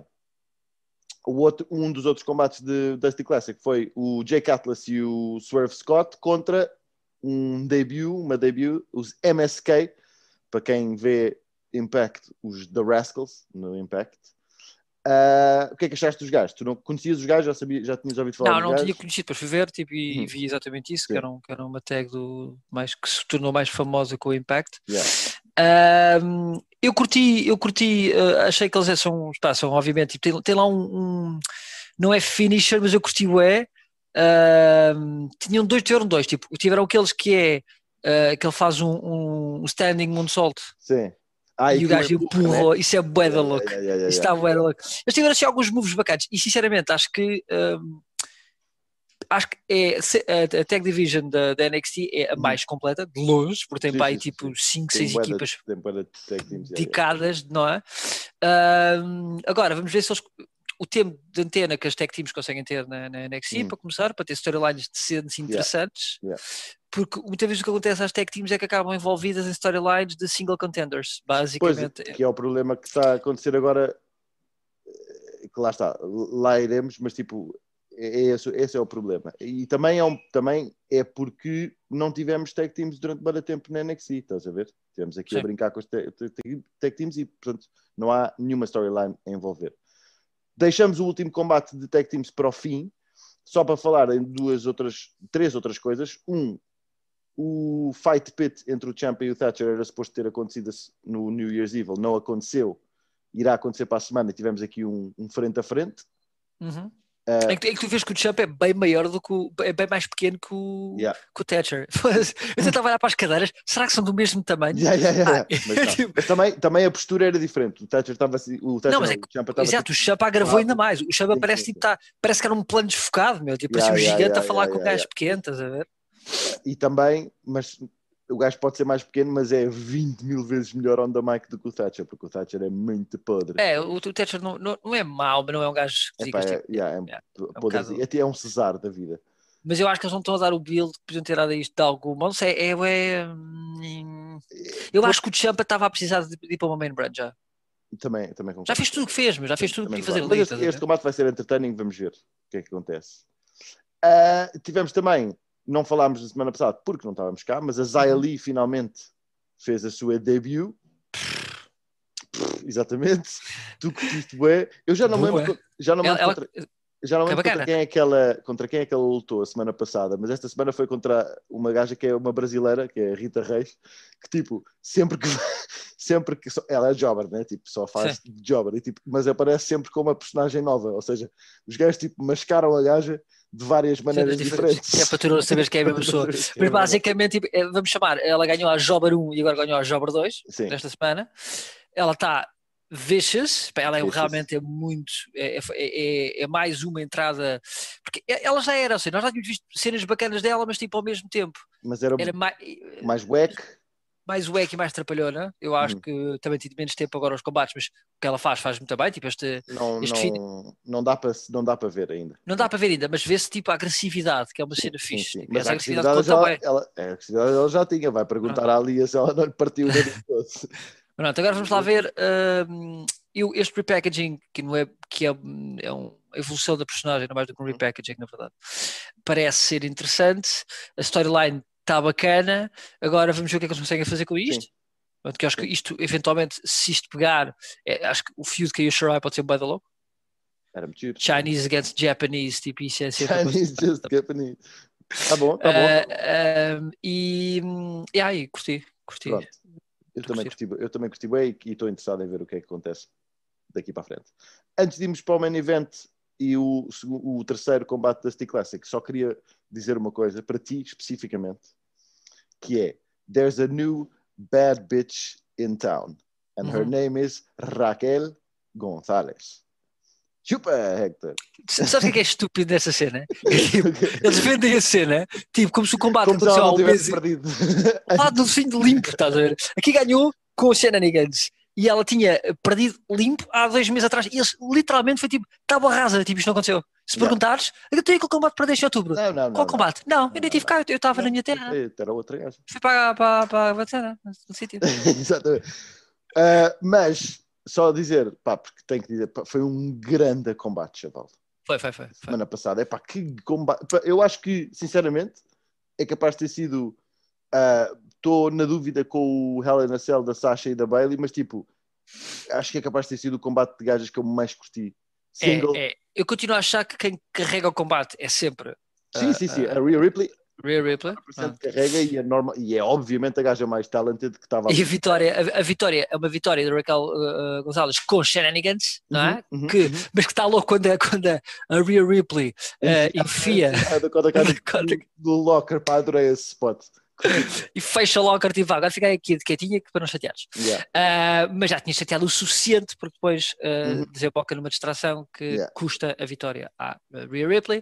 o outro, um dos outros combates de Dusty Classic foi o Jake Atlas e o Swerve Scott contra um debut, uma debut, os M S K, para quem vê Impact, os The Rascals no Impact. Uh, o que é que achaste dos gajos? Tu não conhecias os gajos? Já, sabia, já tinhas ouvido falar Não, dos não tinha gajos? conhecido, depois fui ver tipo, e Uhum. vi exatamente isso, que Sim. era, um, que era uma tag do, mais, que se tornou mais famosa com o Impact. Yeah. Ahm, eu curti, eu curti, uh, achei que eles são, pá, são obviamente, tipo, tem, tem lá um, um- não é finisher, mas eu curti o é. Ahm, tinham dois, tiveram dois, tipo, tiveram aqueles que é, uh, que ele faz um, um um standing moonsault Sim. Ah, e o aquilo gajo empurra, né? empurrou, isso é bué da Yeah, louco, yeah, yeah, yeah, isso yeah. está bué da louco. Eles tiveram assim alguns moves bacanas e sinceramente acho que ahm, acho que é, se- a, a Tag Division da, da N X T é a Uhum. mais completa, de longe, porque tem Sim, para aí sim, sim, tipo sim. cinco, Tem seis bué de- equipas tem bué de tag teams, yeah, yeah. dedicadas, não é? Ahm, agora, vamos ver se eles, o tempo de antena que as tech teams conseguem ter na, na N X T, Uhum. para começar, para ter storylines decentes e interessantes, Yeah. porque muitas vezes o que acontece às tech teams é que acabam envolvidas em storylines de single contenders, Pois, basicamente. que é o problema que está a acontecer agora, eh, que lá está, lá iremos, mas tipo, é é esse, esse é o problema. E também é, um, também é porque não tivemos tag teams durante muito tempo na N X T, estás a ver? Tivemos aqui Sim. a brincar com os tag, tag teams e, portanto, não há nenhuma storyline a envolver. Deixamos o último combate de tag teams para o fim, só para falar em duas outras, três outras coisas. Um, o Fight Pit entre o Ciampa e o Thatcher era suposto ter acontecido no New Year's Evil, não aconteceu, irá acontecer para a semana. Tivemos aqui um, um frente a frente. Uhum. Uh, É que, é que tu vês que o Champ é bem maior do que o, é bem mais pequeno que o, yeah. que o Thatcher. Eu tentava olhar para as cadeiras, será que são do mesmo tamanho? Yeah, yeah, yeah, Ah, yeah. Mas, não. tipo, Mas também, também a postura era diferente. O Thatcher estava assim, o Thatcher não, mas não, é o que, Ciampa estava exato, tipo, o Champa agravou ainda lado. mais. O Champa Sim, parece, sim, tipo, sim. tá, parece que era um plano desfocado, meu. Tipo, Yeah, parecia um yeah, gigante yeah, a falar yeah, com um yeah, gajo yeah. pequeno, estás a ver? E também, mas o gajo pode ser mais pequeno, mas é vinte mil vezes melhor on the mic do que o Thatcher, porque o Thatcher é muito podre. É, o, o Thatcher não, não, não é mau, mas não é um gajo que Epá, digas, é, tipo, yeah, é, yeah, é um podre, bocado... até é um Cesar da vida. Mas eu acho que eles não estão a dar o build que podiam ter dado a isto de alguma. Não sei, é, é, hum, eu Pois, acho que o Champa estava a precisar de, de ir para uma main brand já. Também, também concordo. Já fez tudo o que fez, mas já fez tudo o que Também podia fazer concordo. ali. Mas este, este combate vai ser entertaining, vamos ver o que é que acontece. Uh, tivemos também, não falámos na semana passada porque não estávamos cá, mas a Xia Li finalmente fez a sua debut. Exatamente. Tu curtiste bué. Eu já não me Boa. lembro, já não me lembro Ela- contra, já não me que lembro bacana. contra quem é que ela, contra quem é que ela lutou a semana passada, mas esta semana foi contra uma gaja que é uma brasileira, que é a Rita Reis, que tipo, sempre que sempre que ela é jobber, né? Tipo, só faz jobber, e, tipo, mas aparece sempre com uma personagem nova, ou seja, os gajos tipo mascaram a gaja de várias maneiras diferentes. Que é para tu não saberes quem é a mesma pessoa. Mas basicamente, tipo, é, vamos chamar, ela ganhou a Jobber um e agora ganhou a Jobber dois Sim. desta semana. Ela está vicious, pá, ela é, Vicious. realmente é muito, é, é, é- é mais uma entrada, porque ela já era, ou seja, nós já tínhamos visto cenas bacanas dela, mas tipo ao mesmo tempo, Mas era, era mais, mais wack. mais wack e mais trapalhona. Eu acho Uhum. que também tive menos tempo agora aos combates, mas o que ela faz, faz muito bem, tipo este, Não, este fim- não, não, dá para, não dá para ver ainda. não dá para ver ainda, mas vê-se tipo a agressividade, que é uma Sim, cena sim, fixe. sim. Tipo, Mas essa a agressividade agressividade conta já, bem. ela, a agressividade ela já tinha. Vai perguntar à Lia se ela não lhe partiu o nariz todo. Pronto, agora vamos lá ver hum, eu, este repackaging, que, não é, que é, é um, a evolução da personagem, não mais do que um repackaging, na verdade. Parece ser interessante, a storyline está bacana, agora vamos ver o que é que eles conseguem fazer com isto. Sim. Pronto, que eu acho que Sim. isto, eventualmente, se isto pegar, é, acho que o feud que a Shirai pode ser um bem da louco. Era muito giro. Chinese against Japanese, tipo, isso é sempre... Chinese just Japanese. Tá bom, tá bom. Uh, um, e, e aí, curti, curti. Pronto. Eu também, curti, eu também curti bem e estou interessado em ver o que é que acontece daqui para a frente. Antes de irmos para o main event e o, o terceiro combate da City Classic, só queria dizer uma coisa para ti especificamente, que é: there's a new bad bitch in town and her Uhum. name is Raquel González. Chupa, Hector. Sabes o que é, que é estúpido nessa cena? É tipo, eles vendem a cena tipo como se o combate Como se aconteceu ela há não um mês tivesse perdido. lá do fim de limpo, estás a ver? Aqui ganhou com os shenanigans e ela tinha perdido limpo há dois meses atrás e eles literalmente foi tipo, tábua rasa, tipo, isto não aconteceu. Se Yeah. perguntares, eu tenho aquele combate para em outubro. Não, não, não. Qual não. combate? Não, Não, eu nem não, tive cá, eu estava na minha terra. Era outra gaja. Fui para, para, para a Batana, no sítio. Exatamente. Uh, mas, só dizer, pá, porque tenho que dizer, pá, foi um grande combate, chaval. Foi, foi, foi. foi. Semana passada. É pá, que combate. Pá, eu acho que, sinceramente, é capaz de ter sido. Estou uh, na dúvida com o Hell in a Cell da Sasha e da Bayley, mas tipo, acho que é capaz de ter sido o combate de gajas que eu mais curti. Single. É, é. Eu continuo a achar que quem carrega o combate é sempre. Sim, uh, sim, sim. uh, A Rhea Ripley. Rhea Ripley. Ah. Carrega e é, normal, e é obviamente a gaja mais talented que estava ali. E a vitória, a, a vitória é uma vitória de Raquel uh, Gonzalez com shenanigans, não é? Uhum, uhum, que, uhum. Mas que está louco quando a, quando a, a Rhea Ripley uh, enfia quando a cara do, do locker, pá, adorei esse spot. e fecha logo, tipo, agora fica aqui quietinha para não chateares. Yeah. Uh, mas já tinha chateado o suficiente porque depois uh, Uhum. desemboca numa distração que Yeah. custa a vitória à Rhea Ripley.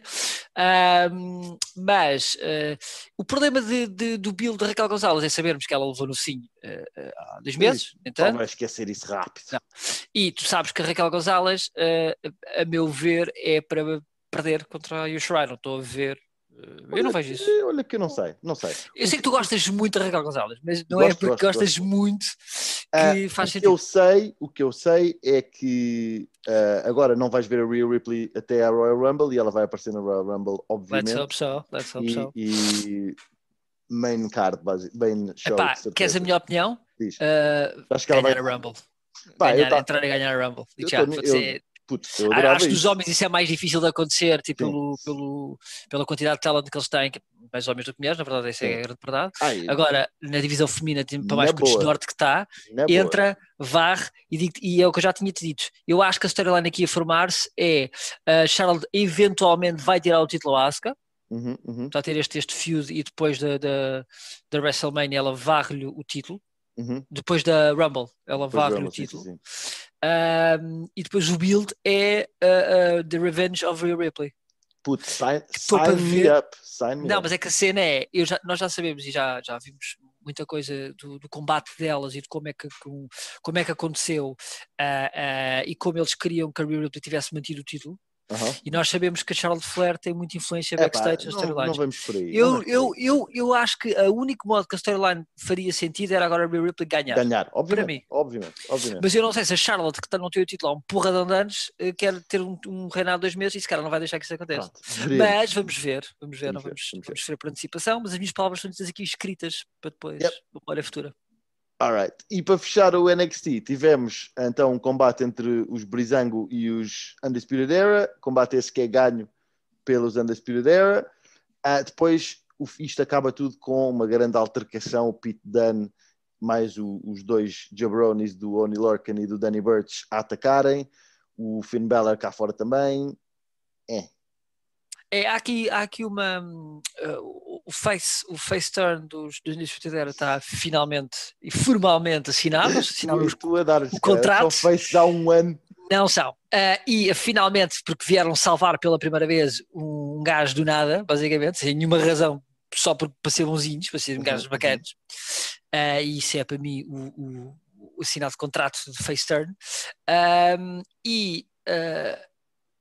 Uh, mas uh, o problema de, de, do build de Raquel Gonzalez é sabermos que ela levou no sim uh, há dois meses. Então, só vai esquecer isso rápido. Não. E tu sabes que a Raquel Gonzalez, uh, a meu ver, é para perder contra a Yushirai. Não estou a ver. Uh, eu não vejo isso. Olha que eu não sei, não sei. Eu sei que tu gostas muito da Raquel Gonzalez, mas não Gosto, é porque gosto, gostas gosto. muito que Uh, faz o sentido. que eu sei, o que eu sei é que uh, agora não vais ver a Rhea Ripley até a Royal Rumble e ela vai aparecer na Royal Rumble, obviamente. Let's hope so, let's hope e, so. e main card, main show. Epá, queres a minha opinião? Diz. Uh, Acho que ela ganhar vai... a Rumble. Pá, ganhar, tá... entrar e ganhar a Rumble. Eu, já, tô... pode eu... ser... Putz, eu adorava Acho que isso. dos homens isso é mais difícil de acontecer, tipo, pelo, pelo, pela quantidade de talento que eles têm, que mais homens do que mulheres, na verdade, essa é a grande verdade. Ai, Agora, na divisão feminina, para mais na que o boa. desnorte que está, Na entra, varre, e, digo, e é o que eu já tinha te dito. Eu acho que a storyline aqui a formar-se é a Charlotte eventualmente vai tirar o título à Asuka, uhum, uhum. está a ter este, este feud, e depois da, da, da WrestleMania ela varre-lhe o título. Uhum. Depois da Rumble, ela varre-lhe o título. Sim, sim, sim. Um, e depois o build é uh, uh, The Revenge of Rhea Ripley. Putz, sign, sign me up. Sign me Não, up. mas é que a cena é, eu já, nós já sabemos e já, já vimos muita coisa do, do combate delas e de como é que, como é que aconteceu uh, uh, e como eles queriam que a Rhea Ripley tivesse mantido o título. Aham. E nós sabemos que a Charlotte Flair tem muita influência Epá, backstage nas não, não storylines. vamos por aí. não Eu, vamos por eu, aí. eu, eu acho que o único modo que a storyline faria sentido era agora a Rhea Ripley ganhar. Ganhar, Para obviamente, mim. obviamente, obviamente. Mas eu não sei se a Charlotte, que tá- não tem o título há um porradão de anos, eh, quer ter um, um reinado de dois meses e esse cara não vai deixar que isso aconteça. Pronto, veremos. Mas vamos ver, vamos ver, Vamos não ver, vamos, vamos ver. vamos ver por antecipação, mas as minhas palavras são todas aqui escritas para depois, Yep. uma memória futura. Alright. E para fechar o N X T, tivemos então um combate entre os Breezango e os Undisputed Era. Combate esse que é ganho pelos Undisputed Era. Uh, depois o, isto acaba tudo com uma grande altercação. O Pete Dunne mais o, os dois jabronis do Oney Lorcan e do Danny Burch a atacarem. O Finn Balor cá fora também. É. É, há aqui, há aqui uma. Uh, o, face, o face turn dos, dos Undisputed Era está finalmente e formalmente assinado. Assinaram Tu, tu a dar o contrato. Só fez há um ano. Não são. Uh, e finalmente, porque vieram salvar pela primeira vez um, um gajo do nada, basicamente, sem nenhuma razão, só por, para ser bonzinhos, para serem Uhum, gajos bacanas. Uh, e isso é para mim o, o, o assinado de contrato de face turn. Um, e. Uh,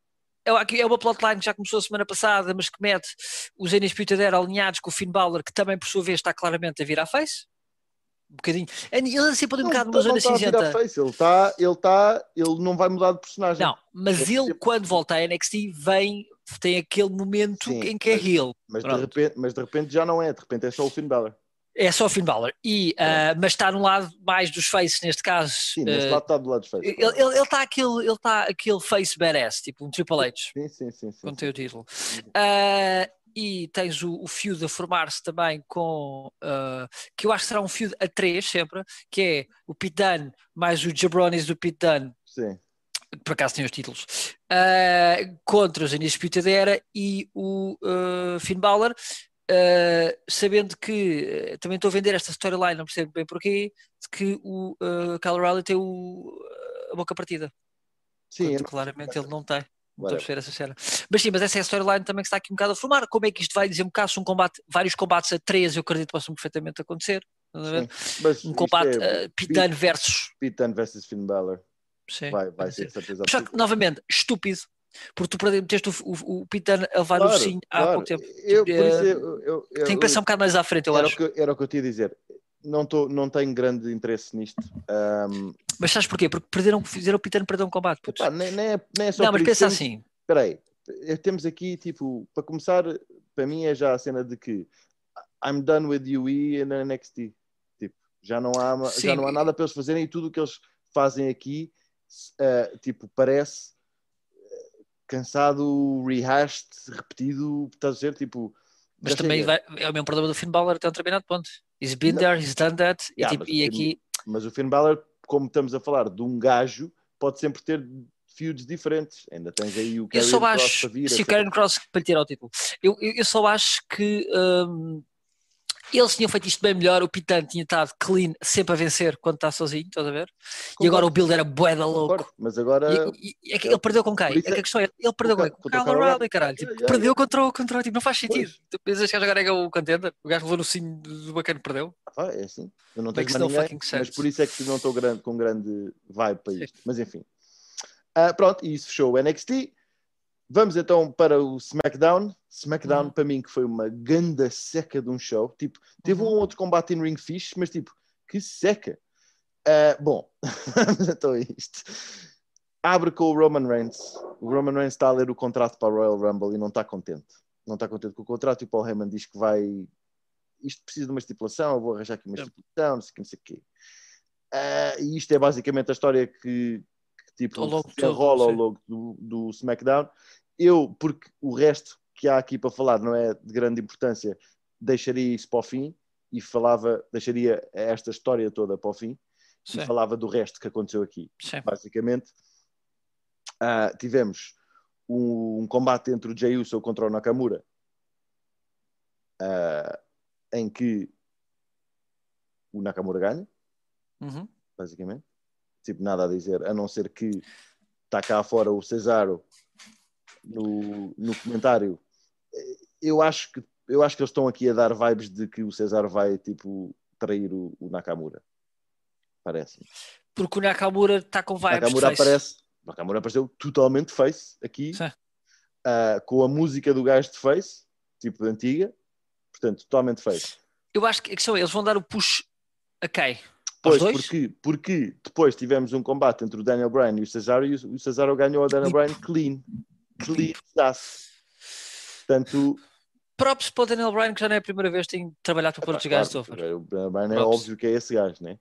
é uma plotline que já começou a semana passada, mas que mete os Undisputed Era alinhados com o Finn Balor, que também por sua vez está claramente a virar face. Um bocadinho. Ele anda sempre ali um bocado numa zona cinzenta. Ele está, ele está, ele está, ele não vai mudar de personagem. Não, mas ele, ele quando volta a N X T, vem, tem aquele momento Sim, em que é mas, heel. Mas de, repente, mas de repente já não é, de repente é só o Finn Balor. É só o Finn Balor, e, uh, mas está no lado mais dos faces neste caso. Sim, neste uh, lado está do lado dos faces. Ele está ele, ele tá aquele, ele tá aquele face badass, tipo um Triple H. Sim, sim, sim. sim com o teu título. Sim. Uh, e tens o, o feud a formar-se também com, uh, que eu acho que será um feud a três sempre, que é o Pete Dunne mais o Jabronis do Pete Dunne. Sim. Por acaso tem os títulos, uh, contra os Undisputed Era e o uh, Finn Balor. Uh, sabendo que uh, também estou a vender esta storyline, não percebo bem porquê, de que o uh, Kyle O'Reilly tem o, a boca partida. Sim, Quando, claramente ele não tem. Não estou a Whatever. perceber essa cena. Mas sim, mas essa é a storyline também que está aqui um bocado a formar. Como é que isto vai dizer um bocado? Se um combate, vários combates a três, eu acredito que possam perfeitamente acontecer. Mas um combate é, uh, Pete Dunne versus Pete Dunne versus Finn Balor. Sim, vai, vai ser certeza. Só que, novamente, estúpido. Porque tu meteste o, o, o Pete Dunne a levar claro, o sim há claro. pouco tempo. Eu, tipo, por isso uh, eu, eu, eu, tenho que pensar um bocado mais à frente, eu era acho. O que, era o que eu te ia dizer. Não, tô, não tenho grande interesse nisto. Um... Mas sabes porquê? Porque perderam, fizeram o Pete Dunne perder um combate. Epá, nem, nem, é, nem é só não, mas pensa temos, assim. Espera aí. Temos aqui, tipo, para começar, para mim é já a cena de que I'm done with U E and N X T. Tipo, já não há, já não há nada para eles fazerem e tudo o que eles fazem aqui, uh, tipo, parece cansado, rehashed, repetido, estás a dizer, tipo... Mas também vai, é o mesmo problema do Finn Balor até um determinado ponto. He's been não. there, he's done that, yeah, e, tipo, e aqui... Mas o Finn Balor, como estamos a falar de um gajo, pode sempre ter feuds diferentes. Ainda tens aí o Karrion Kross para vir. Sim, o Karrion Kross para lhe tirar o título. Eu, eu, eu só acho que... Um, eles tinham feito isto bem melhor, o Pete Dunne tinha estado clean, sempre a vencer quando está sozinho, estás a ver? Concordo. E agora o build era bué da louco. Concordo. Mas agora... E, e, é que ele perdeu com quem? É que a questão é, ele perdeu com, com o Kyle O'Reilly, caralho. Tipo, yeah, perdeu yeah. contra o contra, tipo, não faz sentido. Tu pensas que agora é o contender? O gajo levou no sim do bacana e perdeu? Ah, é assim. Eu não tenho mais ninguém, mas por isso é que não estou grande, com grande vibe para isto. Sim. Mas enfim. Uh, pronto, e isso fechou o N X T. Vamos então para o SmackDown. SmackDown, uhum. para mim, que foi uma ganda seca de um show. Tipo, teve uhum. um outro combate em Ring Fish, mas tipo, que seca. Uh, bom, então é isto. Abre com o Roman Reigns. O Roman Reigns está a ler o contrato para o Royal Rumble e não está contente. Não está contente com o contrato e o Paul Heyman diz que vai... Isto precisa de uma estipulação, eu vou arranjar aqui uma estipulação, não sei o que, não sei o quê. Uh, e isto é basicamente a história que, que tipo, se enrola ao longo do, do SmackDown. Eu, porque o resto que há aqui para falar não é de grande importância, deixaria isso para o fim e falava, deixaria esta história toda para o fim. Sim. E falava do resto que aconteceu aqui. Sim. Basicamente, uh, tivemos um, um combate entre o Jey Uso contra o Nakamura, uh, em que o Nakamura ganha, uhum. basicamente. Tipo, nada a dizer, a não ser que está cá fora o Cesaro no, no comentário. Eu acho, que, eu acho que eles estão aqui a dar vibes de que o Cesaro vai, tipo, trair o, o Nakamura. Parece-me. Porque o Nakamura está com vibes Nakamura de face. aparece, Nakamura apareceu totalmente face aqui. Sim. uh, com a música do gajo de face, tipo de antiga, portanto, totalmente face. Eu acho que a questão é, eles vão dar o push a quem? Pois, Aos dois? porque, porque depois tivemos um combate entre o Daniel Bryan e o Cesaro e o, o Cesaro ganhou o Daniel Bryan clean. Clean daço. Portanto... Props para o Daniel Bryan, que já não é a primeira vez que tem trabalhado para pôr os gajos de over. O Daniel Bryan é óbvio que é esse gajo, né?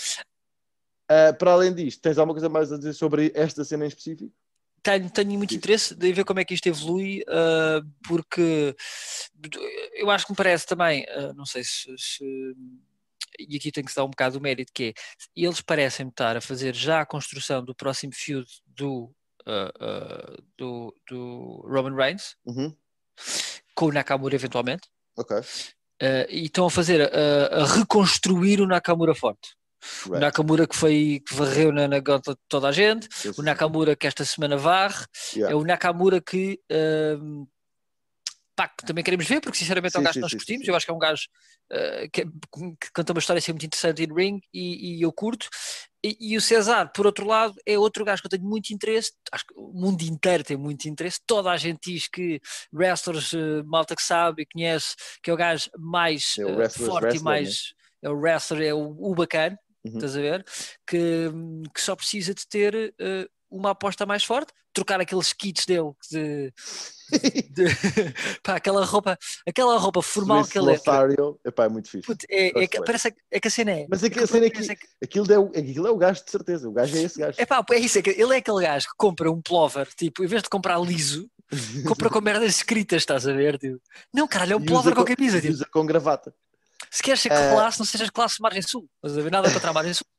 Uh, para além disto, tens alguma coisa mais a dizer sobre esta cena em específico? Tenho, tenho muito interesse de ver como é que isto evolui, uh, porque eu acho que me parece também, uh, não sei se, se e aqui tem que se dar um bocado o mérito, que é, eles parecem estar a fazer já a construção do próximo feud do, uh, uh, do, do Roman Reigns, uhum. com o Nakamura eventualmente, okay. uh, e estão a fazer, uh, a reconstruir o Nakamura forte. Right. O Nakamura que foi que varreu na, na gota de toda a gente, yes, o Nakamura que esta semana varre, yeah. É o Nakamura que, uh, pá, que também queremos ver, porque sinceramente sim, é um gajo sim, que nós sim, discutimos, sim. Eu acho que é um gajo uh, que, que canta uma história assim, muito interessante em ring e, e eu curto, e, e o Cesaro, por outro lado, é outro gajo que eu tenho muito interesse, acho que o mundo inteiro tem muito interesse, toda a gente diz que wrestlers, uh, malta que sabe e conhece, que é o gajo mais é o uh, forte e mais, né? É o wrestler, é o, o bacana, uhum. Estás a ver? Que, que só precisa de ter uh, uma aposta mais forte, trocar aqueles kits dele de, de, pá, aquela roupa, aquela roupa formal Swiss que ele Lothario. É. Epá, é muito fixe. Puta, é, é, que, parece é que a cena é. Mas é que a cena é que, que aquilo, é o, aquilo é o gajo de certeza. O gajo é esse gajo. É pá, é isso. É que ele é aquele gajo que compra um plover, tipo, em vez de comprar liso, compra com merdas escritas, estás a ver? Tipo. Não, caralho, é um plover com camisa. Tipo. Usa com gravata. Se queres ser classe, uh... não sejas classe margem sul. Estás a ver? Nada contra a margem sul.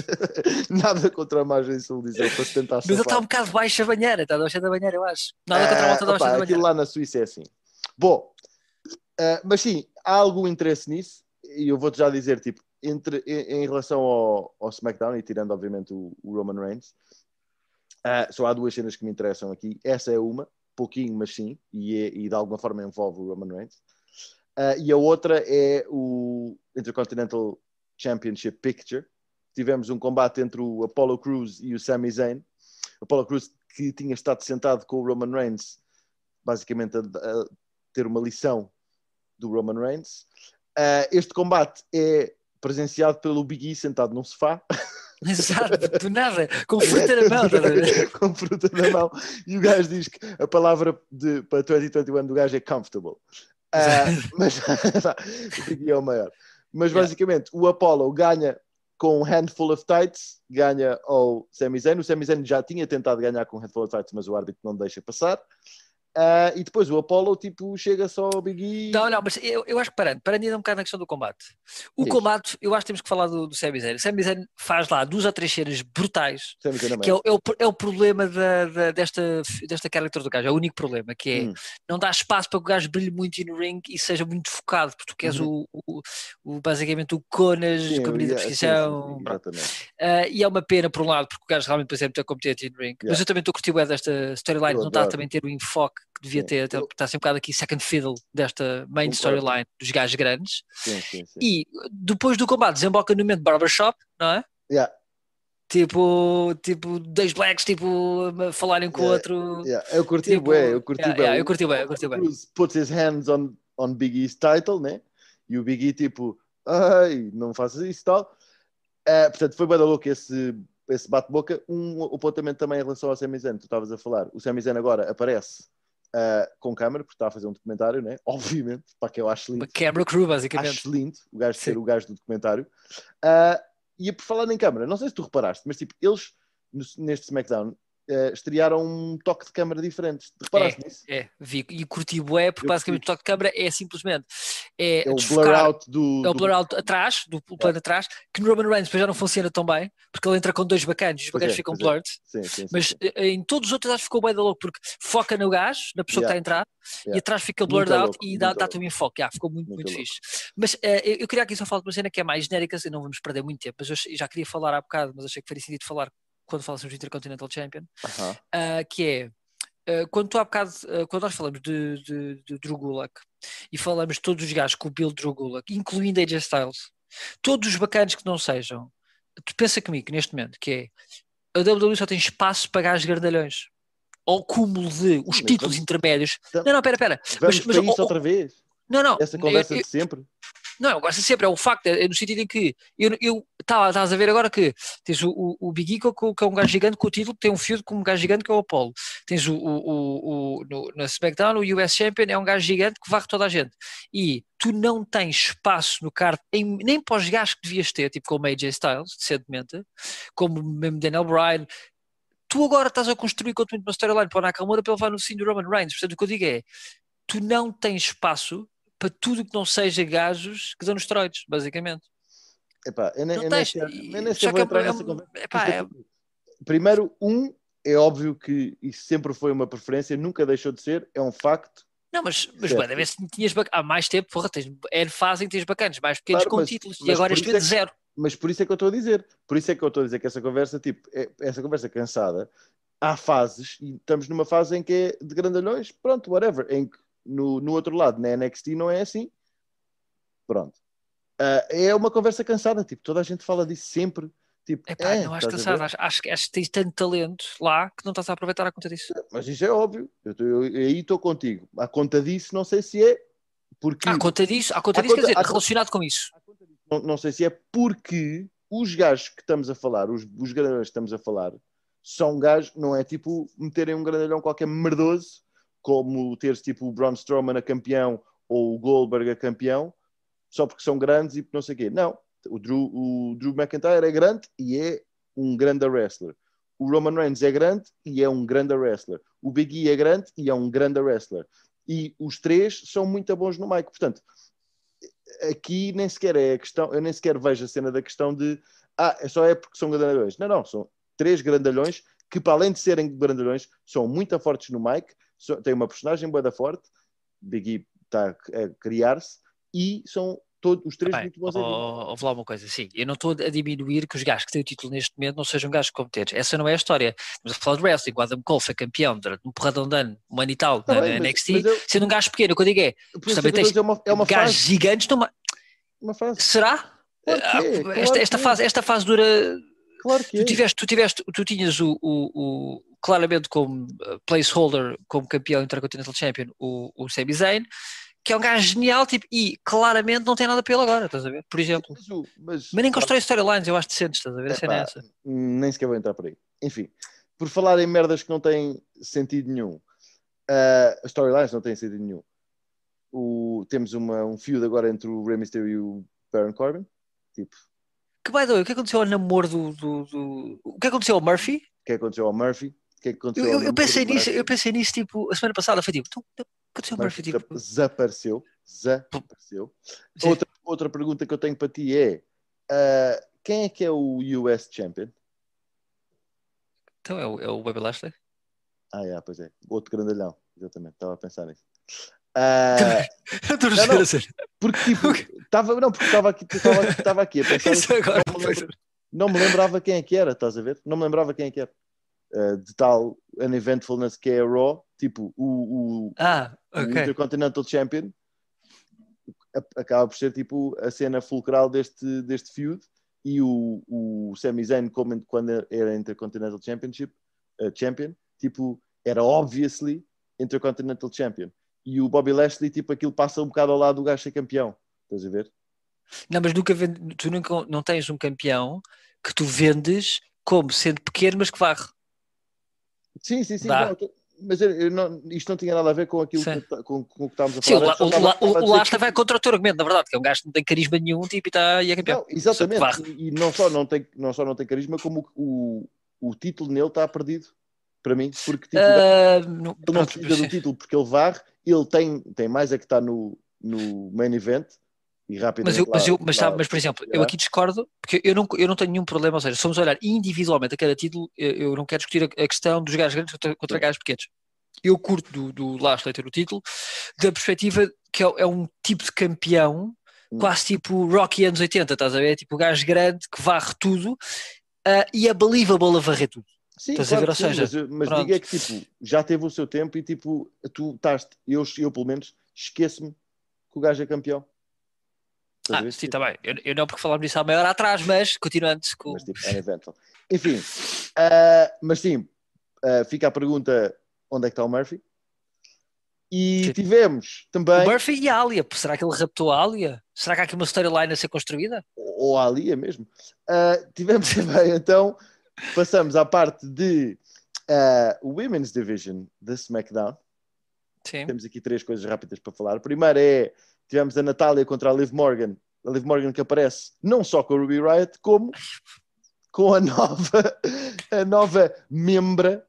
Nada contra a margem sul, diz ele, para se tentar Mas ele está um bocado baixo a banheira, está a da banheira, eu acho. Nada uh, contra a volta da opa, da banheira. Lá na Suíça é assim. Bom, uh, mas sim, há algum interesse nisso, e eu vou-te já dizer, tipo, entre, em, em relação ao, ao SmackDown, e tirando obviamente o, o Roman Reigns, uh, só há duas cenas que me interessam aqui. Essa é uma, pouquinho, mas sim, e, é, e de alguma forma envolve o Roman Reigns. Uh, e a outra é o Intercontinental Championship Picture. Tivemos um combate entre o Apollo Crews e o Sami Zayn. O Apollo Crews, que tinha estado sentado com o Roman Reigns, basicamente a, a ter uma lição do Roman Reigns. Uh, este combate é presenciado pelo Big E sentado num sofá. Exato, do nada, com fruta na mão. Com fruta na mão. E o gajo diz que a palavra de, para dois mil e vinte e um do gajo é comfortable. Uh, mas o Big E é o maior. Mas basicamente, yeah. O Apollo ganha com um handful of tights, ganha ao Sami Zayn. O Sami Zayn já tinha tentado ganhar com um handful of tights, mas o árbitro não deixa passar. Uh, e depois o Apollo, tipo, chega só ao Big E. Não, não, mas eu, eu acho que parando, parando ainda um bocado na questão do combate. O Isso. combate, eu acho que temos que falar do, do Sami Zayn. O Sami Zayn faz lá duas ou três cenas brutais, que é o, é, o, é o problema da, da, desta, desta character do gajo, é o único problema, que é, hum. não dá espaço para que o gajo brilhe muito no ring e seja muito focado, porque tu queres uhum. o, o, o, basicamente o conas, sim, com a medida de prescrição. Uh, e é uma pena, por um lado, porque o gajo realmente depois é muito competente no ring. Yeah. Mas eu também estou a curtir desta storyline, não está a também ter o enfoque que devia sim. ter, até, está sempre um bocado aqui second fiddle desta main storyline dos gajos grandes. Sim, sim, sim. E depois do combate desemboca no momento barbershop, não é? Yeah. Tipo, tipo, dois blacks tipo, falarem com o yeah, outro. Yeah. Eu curti tipo, bem, eu curti yeah, bem. Yeah, eu curti bem, eu curti bem. Puts his hands on, on Big E's title, né? E o Big E tipo, ai, não faças isso e tal. Uh, portanto, foi bem da louca esse, esse bate-boca. Um apontamento também em relação ao Sami Zayn, tu estavas a falar. O Sami Zayn agora aparece Uh, com câmera, porque está a fazer um documentário, né? Obviamente, para que eu acho lindo. Uma camera crew, basicamente. Acho lindo o gajo ser o gajo do documentário. Uh, e por falar em câmera, não sei se tu reparaste, mas tipo, eles neste SmackDown uh, estrearam um toque de câmara diferente. Reparaste é, nisso? É, vi. E curti bué, porque eu basicamente curti. O toque de câmara é simplesmente é, é o blur out do... É o blur out atrás, do plano yeah. atrás, que no Roman Reigns depois já não funciona tão bem, porque ele entra com dois bacanos e os bacanos é, ficam blurred. É. Sim, sim, sim, mas sim. em todos os outros acho que ficou bem da louco, porque foca no gajo, na pessoa yeah. que está a entrar, yeah. e atrás fica blurred out louco, e dá, dá também foco. Yeah, ficou muito, muito, muito fixe. Mas uh, eu, eu queria aqui só falar de uma cena que é mais genérica, e não vamos perder muito tempo, mas eu já queria falar há bocado, mas achei que faria sentido falar quando falássemos do Intercontinental Champion, uh-huh. uh, que é Uh, quando tu há bocado, uh, quando nós falamos de, de, de Drew Gulak e falamos de todos os gajos com o Bill Drew Gulak, incluindo A J Styles, todos os bacanas que não sejam, tu pensa comigo neste momento que é a W W E só tem espaço para gajos gardalhões, ao cúmulo de os Mas títulos vamos- intermédios. Então, Não, não, pera, pera. Vamos Mas, mas, para isso oh, outra vez? não, não. Essa conversa eu- eu- de sempre? Não, eu gosto sempre, é o facto, é, é no sentido em que eu, eu tá, estás a ver agora que tens o, o, o Big E, que, é- que é um gajo gigante com o título, que tem um feud com um gajo gigante que é o Apollo. Tens o, o, o, o no, na SmackDown, o U S Champion é um gajo gigante que varre toda a gente. E tu não tens espaço no card, em- nem para os gajos que devias ter, tipo como A J Styles, decentemente, como mesmo Daniel Bryan. Tu agora estás a construir conteúdo uma storyline para o Nakamura para ele levar no fim do Roman Reigns. Portanto, o que eu digo é, tu não tens espaço para tudo que não seja gajos que dão nos esteroides, basicamente. Epá, eu nem, Não eu nem tens. sequer, E- eu nem sequer Só que vou é, entrar é, nessa conversa. epá, Isto é é- tudo- Primeiro, um, é óbvio que isso sempre foi uma preferência, nunca deixou de ser, é um facto. não, mas, mas Certo. bem, deve ser que tinhas bac- há mais tempo, porra, tens, é fase em que tens bacanas, mais pequenos Claro, com mas- títulos, e mas agora por este isso é momento que- zero. Mas por isso é que eu estou a dizer. Por isso é que eu estou a dizer que essa conversa, tipo, é- essa conversa cansada, há fases, e estamos numa fase em que é de grandalhões, pronto, whatever. Em que no, no outro lado, na N X T, não é assim. Pronto. Ah, é uma conversa cansada, tipo, toda a gente fala disso sempre. Tipo, Epá, é, não acho estás a cansado, ver? acho, acho, que- acho que tens tanto talento lá que não estás a aproveitar a conta disso. Mas isso é óbvio. Eu, tô- eu- aí estou contigo. À conta disso, não sei se é porque. À conta disso, à conta À disso, conta- quer dizer, à conta- relacionado com isso. Não, não sei se é porque os gajos que estamos a falar, os, os grandalhões que estamos a falar, são gajos, não é tipo meterem um grandalhão qualquer merdoso, como teres tipo o Braun Strowman a campeão ou o Goldberg a campeão, só porque são grandes e não sei o quê. Não. O Drew, o Drew McIntyre é grande e é um grande wrestler. O Roman Reigns é grande e é um grande wrestler. O Big E é grande e é um grande wrestler. E os três são muito bons no mic. Portanto, aqui nem sequer é a questão, eu nem sequer vejo a cena da questão de ah, é só é porque são grandalhões. Não, não, são três grandalhões que, para além de serem grandalhões, são muito fortes no mic, so, têm uma personagem bué da forte, Big E está a criar-se, e são todos os três Bem, muito bons em ringue. houve lá uma coisa, sim, eu não estou a diminuir que os gajos que têm o título neste momento não sejam gajos competentes, essa não é a história. Estamos a falar de wrestling, o Adam Cole foi campeão durante um porradão de ano, um ano e tal, Tá na, bem, na mas- N X T, mas eu- sendo um gajo pequeno, o que eu digo é, Por tu isso também é que eu estou a tens dizer, é uma, é uma gajos fase. gigantes, numa... Uma fase. será? Claro que é, Ah, claro esta, que esta é. fase, esta fase dura. Claro que Tu é. tiveste, tu tiveste, tu tinhas o, o, o- claramente como uh, placeholder, como campeão Intercontinental Champion, o, o Sami Zayn, que é um gajo genial, tipo, e claramente não tem nada para ele agora, estás a ver? Por exemplo. Mas, o- mas, Mas nem claro, constrói storylines, eu acho decentes, estás a ver? A cena é epá, essa. nem sequer vou entrar por aí. Enfim, por falar em merdas que não têm sentido nenhum, uh, as storylines não têm sentido nenhum. O, temos uma, um feud agora entre o Rey Mysterio e o Baron Corbin. Tipo, Que by the way, o que aconteceu ao namoro do, do, do- O que aconteceu ao Murphy? o que é que aconteceu ao Murphy? O que é que Eu, aconteceu eu, ao eu namoro pensei do nisso, Murphy? eu pensei nisso, tipo, a semana passada foi tipo, então, o que aconteceu ao Murphy? Murphy Tipo, desapareceu. Desapareceu. sim. Outra, outra pergunta que eu tenho para ti é: uh, quem é que é o U S Champion? Então é o, é o Bobby Lashley? Ah, é, pois é. Outro grandalhão. Exatamente, estava a pensar nisso. Uh, Eu estou a Não, ver não. a cena. porque tipo, estava não, porque estava aqui, estava estava aqui a pensar. Isso agora, não, me lembra- não me lembrava quem é que era, estás a ver? Não me lembrava quem é que era. Uh, de tal uneventfulness que é a Raw, tipo, o, o, Ah, o ok. Intercontinental Champion a- acaba por ser tipo a cena fulcral deste, deste feud, e o, o Sami Zayn, como quando era Intercontinental Championship, uh, Champion, tipo, era obviously Intercontinental Champion. E o Bobby Lashley, tipo, aquilo passa um bocado ao lado do gajo ser campeão. Estás a ver? Não, mas nunca vende, tu nunca não tens um campeão que tu vendes como sendo pequeno, mas que varre. Sim, sim, sim. Dá. Não, tô- mas eu, eu não, isto não tinha nada a ver com aquilo Sim. que, eu- com, com o que estávamos a Sim, o, falar. La- Eu só o, estava- La- estava a o, o dizer Lashley que- vai contra o teu argumento, na verdade, que é um gajo que não tem carisma nenhum, tipo, e, tá, e é campeão. Não, exatamente. Varre. E, e não, só não, tem, não só não tem carisma, como o, o, o título nele está perdido para mim. Porque tipo, Ah, não, ele não pronto, precisa sim. do título porque ele varre. Ele tem, tem mais é que está no, no main event e Mas, rapidamente eu, mas, eu, lá- mas, lá- sabe, mas, por exemplo, eu aqui discordo, porque eu não, eu não tenho nenhum problema, ou seja, se formos olhar individualmente a cada título, eu, eu não quero discutir a, a questão dos gajos grandes contra, contra Sim. gajos pequenos. Eu curto do, do Lashley ter o título, da perspectiva que é, é um tipo de campeão, Hum. quase tipo Rocky anos oitenta, estás a ver? Tipo o gajo grande que varre tudo ah, e é believable a varrer tudo. Sim, Estás a claro ver? que Ou sim, seja, mas, eu- mas pronto. digo é que tipo, já teve o seu tempo e tipo, tu estás, eu, eu pelo menos esqueço-me que o gajo é campeão. Estás a Ah, ver? sim, está bem. Eu, eu não porque falámos disso há meia hora atrás, mas continuando com... Mas tipo, era eventual. Enfim, ah, mas sim, ah, fica a pergunta: onde é que está o Murphy. E Sim. tivemos também... O Murphy e a Alia. Será que ele raptou a Alia? Será que há aqui uma storyline a ser construída? Ou a Alia mesmo. Uh, tivemos também, então, passamos à parte de uh, Women's Division da SmackDown. Sim. Temos aqui três coisas rápidas para falar. A primeira é, tivemos a Natália contra a Liv Morgan. A Liv Morgan que aparece não só com a Ruby Riott, como com a nova, a nova membra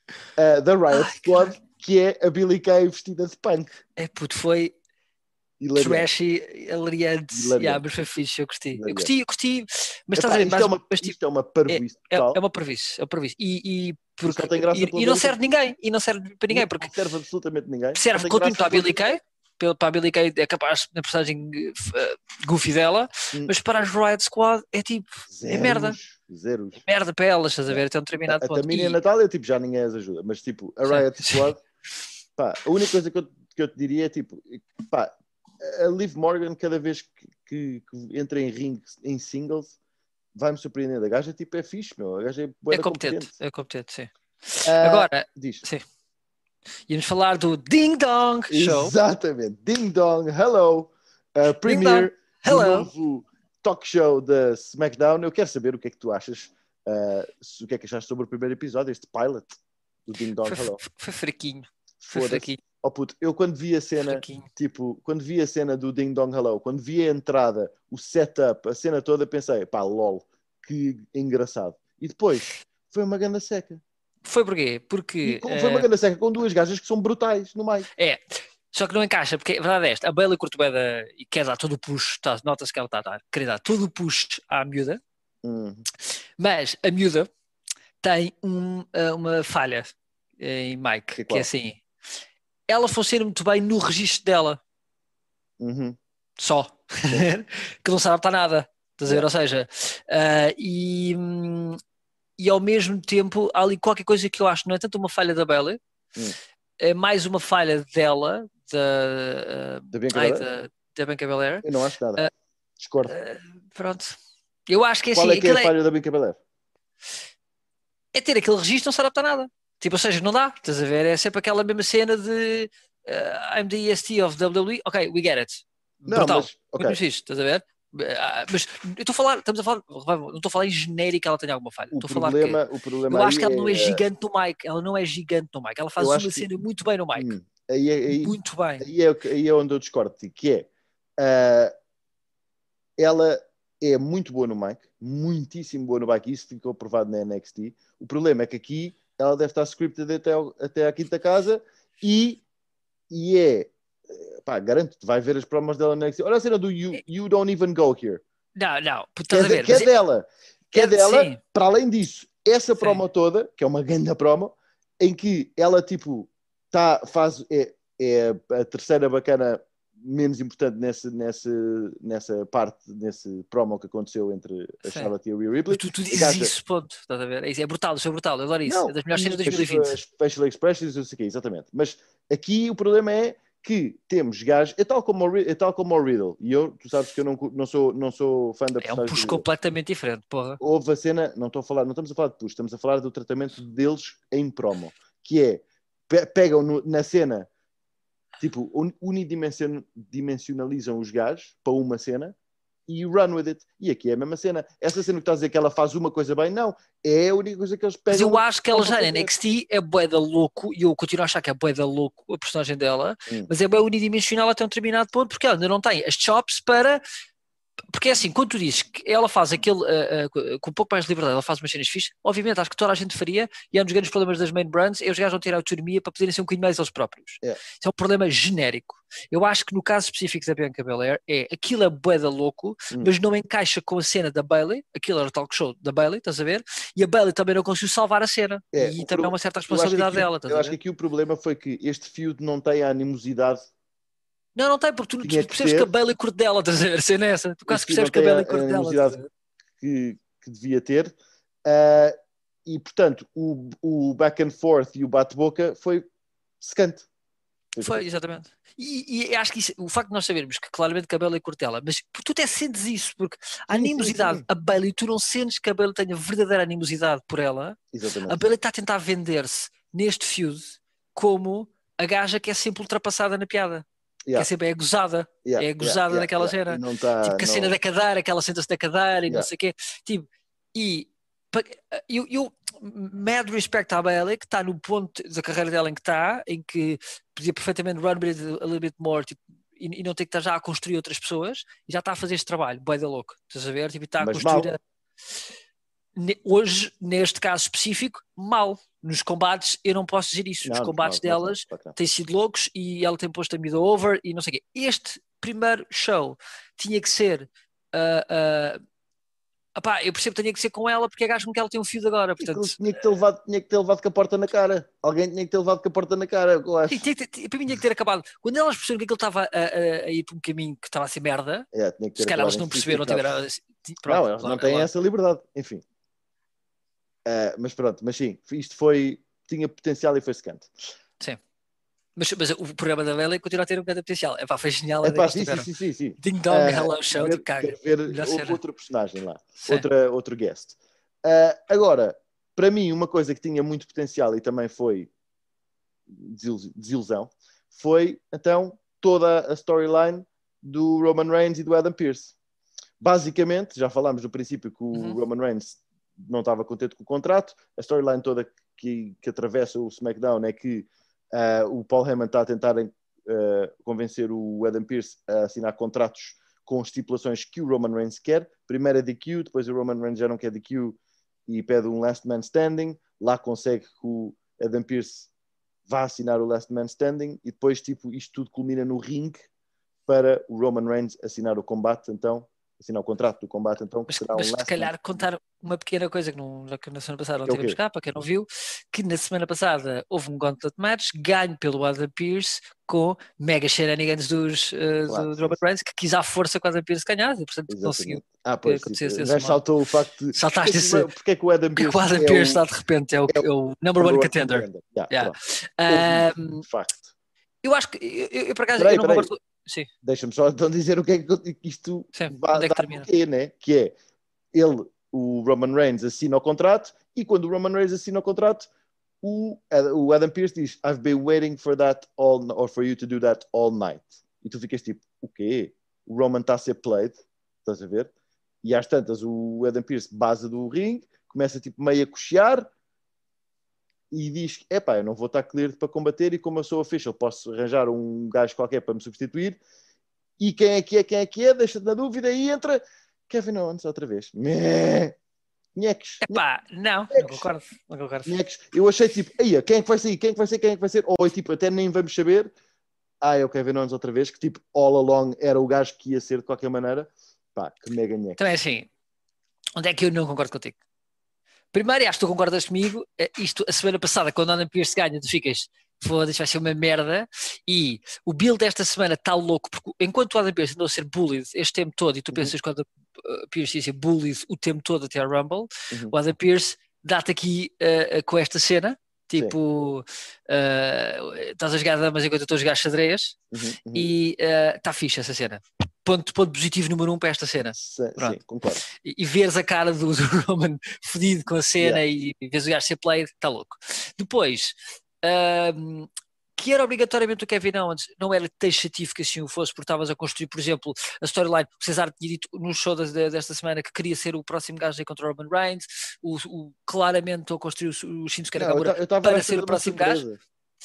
uh, da Riot Ai, Squad, cara. que é a Billie Kay vestida de punk. É puto, foi Hilariante. trashy, hilariante. Hilariante. Yeah, mas foi fixe, eu gostei. Hilariante. Eu gostei, eu gostei. Mas Epá, estás a ver, isto, mas, é uma, mas, tipo, isto é uma é, parvoíce é, total. é uma previce, é uma previce. E, e, porque, Só tem graça e, pela e não Billie serve ninguém, e não serve para ninguém, porque Não serve absolutamente ninguém. Só serve tem continuo graça para a Billie pela- Kay, pela- para a Billie Kay é capaz na personagem uh, goofy dela, Hum. mas para as Riot Squad é tipo, é merda. Zeros. É merda para elas, estás a ver, até um determinado A ponto. Tamina e a E, Natália, tipo, já ninguém as ajuda. Mas, tipo, a Sim, Riot sim. Squad, pá, a única coisa que eu, que eu te diria é, tipo, pá, a Liv Morgan, cada vez que, que, que entra em ring, em singles, vai-me surpreender. A gaja, tipo, é fixe, meu. A gaja é bué é da competente, competente. é competente, sim. Ah, Agora, diz. sim. Íamos falar do Ding Dong Show. Exatamente. Ding Dong, hello. Uh, premiere do hello. novo talk show da SmackDown. Eu quero saber o que é que tu achas, uh, se- o que é que achaste sobre o primeiro episódio, este pilot do Ding Dong, Foi, hello. foi, foi fraquinho. Foi Foda-se. fraquinho. Oh puto, eu quando vi a cena, fraquinho. tipo, quando vi a cena do Ding Dong Hello, quando vi a entrada, o setup, a cena toda, pensei, pá, lol, que engraçado. E depois, foi uma ganda seca. Foi porquê? E Porque com- foi uma eh, ganda seca com duas gajas que são brutais no meio. é, só que não encaixa, porque a verdade é esta, a Bailey curte bué da- e quer dar todo o push, tá, nota-se que ela está a dar, quer dar todo o push à miúda, Hum. mas a miúda tem um, eh, uma falha em Mike, Que que é qual? assim, ela funciona muito bem no registro dela, Uhum. só, que não sabe adaptar nada, estás a ver? Yeah. Ou seja, ah, e, hum, e ao mesmo tempo há ali qualquer coisa que eu acho, não é tanto uma falha da Bailey, Hum. é mais uma falha dela, da, Da Bianca ai, Belair? da, da Bianca Belair. Eu não acho nada. Ah, Discordo. Pronto. Eu acho que é Qual assim, é que é a aquilo é, falha da Bianca Belair? é ter aquele registro e não se adapta a nada. Tipo, ou seja, não dá, estás a ver? É sempre aquela mesma cena de ah, I'm the E S T of W W E, ok, we get it. Não, Brutal. mas, ok. Muito fixe, estás a ver? Ah, mas eu estou a falar, estamos a falar, não estou a falar em genérico que ela tenha alguma falha. O Estou a falar que problema, o problema eu aí acho que ela não é é... gigante no mic, ela não é gigante no mic, ela faz Eu uma acho que- cena muito bem no mic, Hum, aí, é- aí, muito bem. aí, é, o que- aí é onde eu discordo de ti, que é ah, ela é muito boa no mic, muitíssimo boa no mic, isso ficou provado na N X T. O problema é que aqui ela deve estar scripted até, ao- até à quinta casa e, e é, pá, garanto-te, vai ver as promos dela na N X T. Olha a cena do you, you Don't Even Go Here, Não, não, que estás é, a de- ver, que é mas é- dela, que é, é- dela, sim. para além disso, essa Sim. promo toda, que é uma grande promo, em que ela, tipo, tá, faz, é, é a terceira bacana menos importante nessa, nessa, nessa parte, nesse promo que aconteceu entre a Sim. Charlotte e a Rhea Mas Ripley. tu, tu A dizes gaja- isso, ponto, estás a ver? É, isso, é brutal, isso é brutal, eu adoro isso, Não, é das melhores cenas de e dois mil e vinte. as facial expressions, eu sei o quê, exatamente. Mas aqui o problema é que temos gajos, é tal como o, Ri- é tal como o Riddle, e eu, tu sabes que eu não, cu- não, sou, não sou fã da É um personagem push do Riddle. completamente diferente, porra. Houve a cena, não, estou a falar, não estamos a falar de push, estamos a falar do tratamento deles em promo, que é, pe- pegam no- na cena, tipo, un- unidimensionalizam os gajos para uma cena e run with it. E aqui é a mesma cena. Essa cena que estás a dizer que ela faz uma coisa bem, não. É a única coisa que eles Mas pegam. eu acho que ela já para na fazer. N X T é bué da louco, e eu continuo a achar que é bué da louco a personagem dela, Hum. mas é bué unidimensional até um determinado ponto, porque ela ainda não tem as chops para... Porque é assim, quando tu dizes que ela faz aquele, uh, uh, com um pouco mais de liberdade, ela faz umas cenas fixes, obviamente acho que toda a gente faria, e é um dos grandes problemas das main brands, é os gajos vão ter autonomia para poderem ser um bocadinho mais eles próprios. É. Isso é um problema genérico. Eu acho que no caso específico da Bianca Belair, é aquilo é bué da louco, Hum. mas não encaixa com a cena da Bailey, aquilo era o talk show da Bailey, estás a ver? E a Bailey também não conseguiu salvar a cena, É, e o também pro- é uma certa Eu acho que responsabilidade aqui- dela, estás Eu a acho que ver? aqui o problema foi que este feud não tem a animosidade. Não, não tem, porque tu, Tinha tu que percebes ter. que a Bailey curte dela, estás a ver? A cena é essa, tu quase Este feud percebes não que a tem Bailey a, curte a dela, estás a animosidade ver? que, que devia ter. Ah, e, portanto, o, o back and forth e o bate-boca foi secante. Foi, exatamente. E, e acho que isso, o facto de nós sabermos que claramente que a Bailey curte ela, mas tu até sentes isso, porque a Sim, sim, animosidade, sim. a Bailey, tu não sentes que a Bailey tenha verdadeira animosidade por ela, a Exatamente. Bailey está a tentar vender-se neste feud como a gaja que é sempre ultrapassada na piada. Yeah. Que é sempre é gozada. Yeah, é gozada yeah, naquela yeah, cena. não tá, tipo, que a não... cena da cadeira, aquela senta-se da cadeira e Yeah. não sei o quê. Tipo, e eu, eu mad respect à Bailey, que está no ponto da carreira dela em que está, em que podia perfeitamente run with it a little bit more, tipo, e, e não ter que estar já a construir outras pessoas, e já está a fazer este trabalho, bué da louco, estás a ver? Tipo, está a Mas construir mal. a... Hoje, neste caso específico, mal. Nos combates, eu não posso dizer isso. Não, Os combates não, não, delas não, não. têm sido loucos e ela tem posto a middle over e não sei o quê. Este primeiro show tinha que ser. Uh, uh, opá, eu percebo que tinha que ser com ela porque é gajo que ela tem um fio de agora. Portanto, tinha que ter levado, tinha que ter levado com a porta na cara. Alguém tinha que ter levado com a porta na cara, eu acho. sim, tinha que ter, para mim tinha que ter acabado. Quando elas perceberam que aquilo estava a, a, a ir por um caminho que estava a ser merda, é, tinha que ter se calhar elas não perceberam. Tiveram, pronto, não, elas não têm ela... essa liberdade. Enfim. Uh, mas pronto, mas sim, isto foi, tinha potencial e foi secante. Sim. Mas, mas o programa da Lely continua a ter um grande potencial. É pá, foi genial. É pá, sim, sim, sim, sim, sim. Ding Dong, uh, Hello Show, ver, tipo, caga. Ver outro personagem lá, sim. outra, outro guest. Uh, agora, para mim, uma coisa que tinha muito potencial e também foi desilusão, foi então toda a storyline do Roman Reigns e do Adam Pearce. Basicamente, já falámos no princípio que o uhum. Roman Reigns não estava contente com o contrato, a storyline toda que, que atravessa o SmackDown é que uh, o Paul Heyman está a tentar uh, convencer o Adam Pearce a assinar contratos com estipulações que o Roman Reigns quer. Primeiro é D Q, depois o Roman Reigns já não quer D Q e pede um Last Man Standing. Lá consegue que o Adam Pearce vá assinar o Last Man Standing e depois tipo, isto tudo culmina no ringue para o Roman Reigns assinar o combate, então assinar o contrato do combate, então que mas, será mas um se calhar man. Contar uma pequena coisa que, não, já que na semana passada não é tivemos cá, para quem não viu, que na semana passada houve um gauntlet match ganho pelo Adam Pearce com mega shenanigans dos, uh, claro, do Robert Reigns, que quis à força que o Adam Pearce ganhasse e portanto exatamente. Conseguiu ah, pois, que tipo, já saltou o facto de saltaste porque, esse, porque é que o Adam Pearce, o Adam Pearce está de repente é o, é o, é o number, number one contender, contender. Yeah, yeah. Um, facto. eu acho que eu, eu, eu por acaso peraí, eu não peraí. concordo. Sim. Deixa-me só então dizer o que é que isto Sim, vai é que dar o quê, né? Que é ele, o Roman Reigns assina o contrato e quando o Roman Reigns assina o contrato o, o Adam Pearce diz I've been waiting for that all or for you to do that all night. E tu ficas tipo, o quê? O Roman está a ser played, estás a ver? E às tantas o Adam Pearce base do ringue, começa tipo meio a coxear e diz, epá, eu não vou estar clear para combater e como eu sou official posso arranjar um gajo qualquer para me substituir e quem é que é, quem é que é, deixa-te na dúvida e entra Kevin Owens outra vez. Nheques. Epá, não, não concordo, não concordo. Eu achei tipo, aí, quem é que vai sair, quem é que vai ser, quem é que vai ser, ou tipo, até nem vamos saber, ah, é o Kevin Owens outra vez, que tipo, all along era o gajo que ia ser de qualquer maneira, pá, que mega nheques. Então é assim, onde é que eu não concordo contigo? Primeiro, acho que tu concordas comigo, isto, a semana passada, quando o Adam Pearce ganha, tu ficas, foda-se, vai ser uma merda, e o build desta semana está louco, porque enquanto o Adam Pearce andou a ser bullied este tempo todo, e tu uhum. pensas que o Adam Pearce ia ser bullied o tempo todo até a Rumble, uhum. o Adam Pearce dá-te aqui uh, uh, com esta cena, tipo, uh, estás a jogar damas enquanto eu estou a jogar xadrez, uhum, uhum. e está uh, fixe essa cena. Ponto, ponto positivo número um para esta cena. Sim, sim, concordo. E, e veres a cara do, do Roman fodido com a cena yeah. e vês o gajo ser played, está louco. Depois, um, que era obrigatoriamente o Kevin Owens, não era taxativo que assim o fosse, porque estavas a construir, por exemplo, a storyline. O Cesar tinha dito no show de, desta semana que queria ser o próximo gajo aí contra o Roman Reigns. O, o, claramente estou a construir o, o Shinsuke Nakamura para ser o próximo gajo.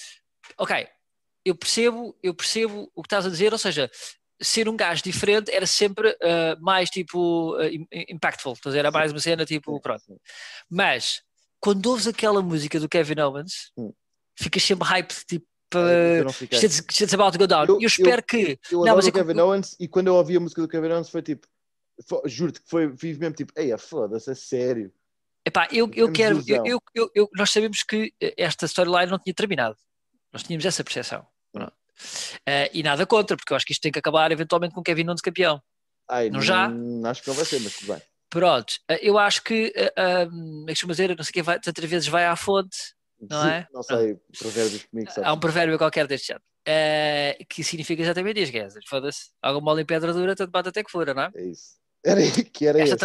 Ok, eu percebo, eu percebo o que estás a dizer, ou seja, ser um gajo diferente era sempre uh, mais tipo uh, impactful, era mais uma cena tipo, pronto. Mas quando ouves aquela música do Kevin Owens, hum. ficas sempre hyped, tipo, uh, shit's, shit's about to go down. Eu, eu espero eu, que. Eu não, adoro mas o Kevin eu... Owens e quando eu ouvi a música do Kevin Owens foi tipo, foi, juro-te que foi, vive mesmo tipo, ei, foda-se, é sério. Epá, eu, eu quero, eu, eu, eu, eu, nós sabemos que esta storyline não tinha terminado. Nós tínhamos essa percepção. Hum. Uh, e nada contra, porque eu acho que isto tem que acabar eventualmente com Kevin Owens campeão. Ai, não já? Acho que não vai ser, mas tudo bem. Pronto, uh, eu acho que uh, um, é que dizer, não sei quem vai, tantas vezes vai à fonte, não Sim, é? Não sei, provérbios comigo. Há um provérbio qualquer deste género, uh, que significa exatamente isso, quer dizer, foda-se, alguma mole em pedra dura, tanto bate até que fura, não é? É isso. Era que era esta esse. também.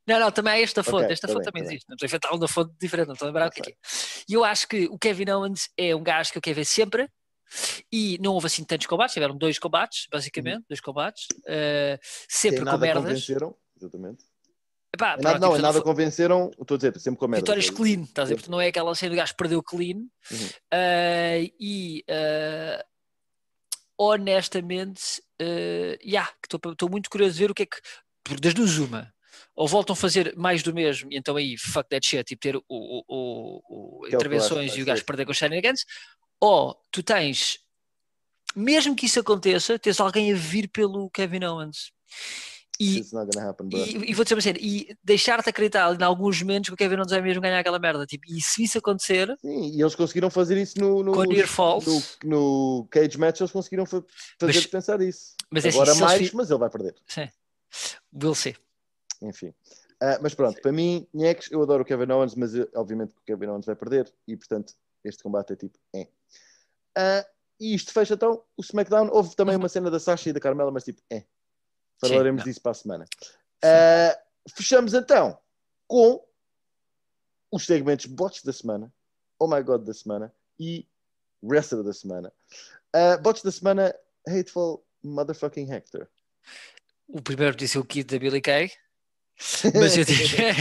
Não, não, também é esta fonte. Ok, Esta tá fonte bem, também tá bem. existe. Não estou a inventar uma fonte diferente, não estou a lembrar Já o que é que sei. é. E eu acho que o Kevin Owens é um gajo que eu quero ver sempre. E não houve assim tantos combates, tiveram dois combates, Uhum. basicamente, dois combates, uh, Que em sempre com nada merdas. convenceram, exatamente. Epá, Em nada, pronto, e, não, em portanto, nada foi- convenceram, estou a dizer, sempre com merdas. vitórias É isso. clean, estás a ver? Eu Portanto, sei. não é aquela cena do gajo que perdeu clean. Uhum. Uh, e uh, honestamente, uh, yeah, estou muito curioso de ver o que é que, por das duas uma, ou voltam a fazer mais do mesmo, e então aí, fuck that shit, tipo ter o, o, o, o Que é o que eu acho que intervenções vai e o gajo ser. perder com os shenanigans, ou tu tens, mesmo que isso aconteça, tens alguém a vir pelo Kevin Owens. E, It's not gonna happen, bro. e, e vou dizer uma cena, e deixar-te acreditar em alguns momentos que o Kevin Owens vai mesmo ganhar aquela merda. Tipo, e se isso acontecer, Sim, e eles conseguiram fazer isso no, com no, Near no, Falls, no Cage Match, eles conseguiram fa- fazer-te mas, pensar isso. mas é assim, Agora se eles. mais, Fi... mas ele vai perder. Sim, will see. Enfim. Ah, mas pronto, para mim, Nhecos, eu adoro o Kevin Owens, mas eu- obviamente que o Kevin Owens vai perder e, portanto, este combate é tipo, é. Ah, e isto fecha então o SmackDown. Houve também Uhum. uma cena da Sasha e da Carmela, mas tipo, é. Sim, Falaremos não. disso para a semana. Sim. Ah, fechamos então com os segmentos bots da semana, Oh My God da semana e Wrestler da semana. Uh, bots da semana, Hateful Motherfucking Hector. O primeiro disse o Kid da Billy Kay, mas eu diria,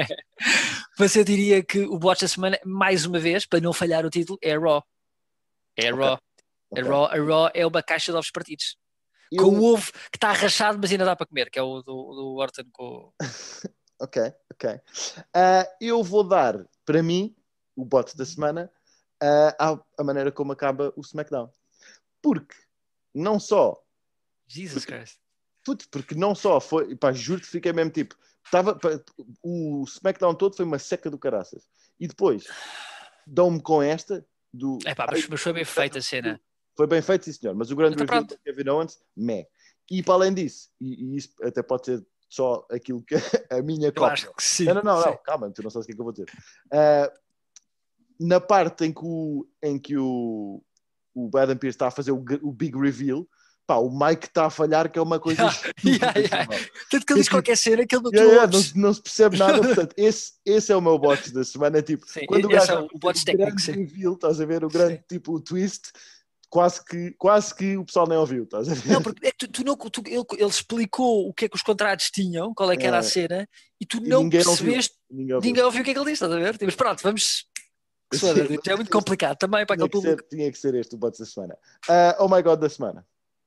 mas eu diria que o bot da semana, mais uma vez, para não falhar o título, é a Raw. É a Ok, Raw. A ok. Raw, a Raw é uma caixa de ovos partidos. Com o Eu... ovo que está rachado, mas ainda dá para comer, que é o do, do Orton com. ok, ok. Uh, eu vou dar, para mim, o bot da semana, uh, à, à maneira como acaba o SmackDown. Porque, não só... Jesus Porque, Christ. putz, porque não só foi... Pá, juro-te, fiquei mesmo tipo... Tava, pá, o SmackDown todo foi uma seca do caraças. E depois, dão-me com esta... Do, É pá, ai, mas, mas foi bem feita a cena. foi bem feito, sim senhor, mas o grande Então reveal pronto. do Kevin Owens, meh. E para além disso, e, e isso até pode ser só aquilo que a minha Eu acho cópia. que sim. Não, não, não, sim. não, calma, tu não sabes o que é que eu vou dizer. Uh, na parte em que o, em que o, o Adam Pearce está a fazer o, o big reveal, pá, o Mike está a falhar, que é uma coisa Yeah, estúpida, yeah, yeah. chaval. Tanto que ele Que é diz tipo, qualquer cena que ele não, tu yeah, não yeah, não, ouves. se- não se percebe nada, portanto, esse, esse é o meu bot da semana. É tipo, Sim, quando o esse gajo é vai o, o fazer bots o técnico, grande sim. reveal, estás a ver, o Sim. grande tipo o twist, quase que, quase que o pessoal nem ouviu, estás a ver? Não, porque é que tu, tu não, tu, ele, ele explicou o que é que os contratos tinham, qual é que era a É, cena, e tu e não ninguém ouviu. percebeste, Ninguém ouviu. ninguém ouviu o que é que ele disse, estás a ver? Tipo, mas pronto, vamos. Que se foda, Sim, mas é muito este, este complicado também para tinha, aquele que ser, público. tinha que ser este o bot da semana. Uh, oh my God da semana.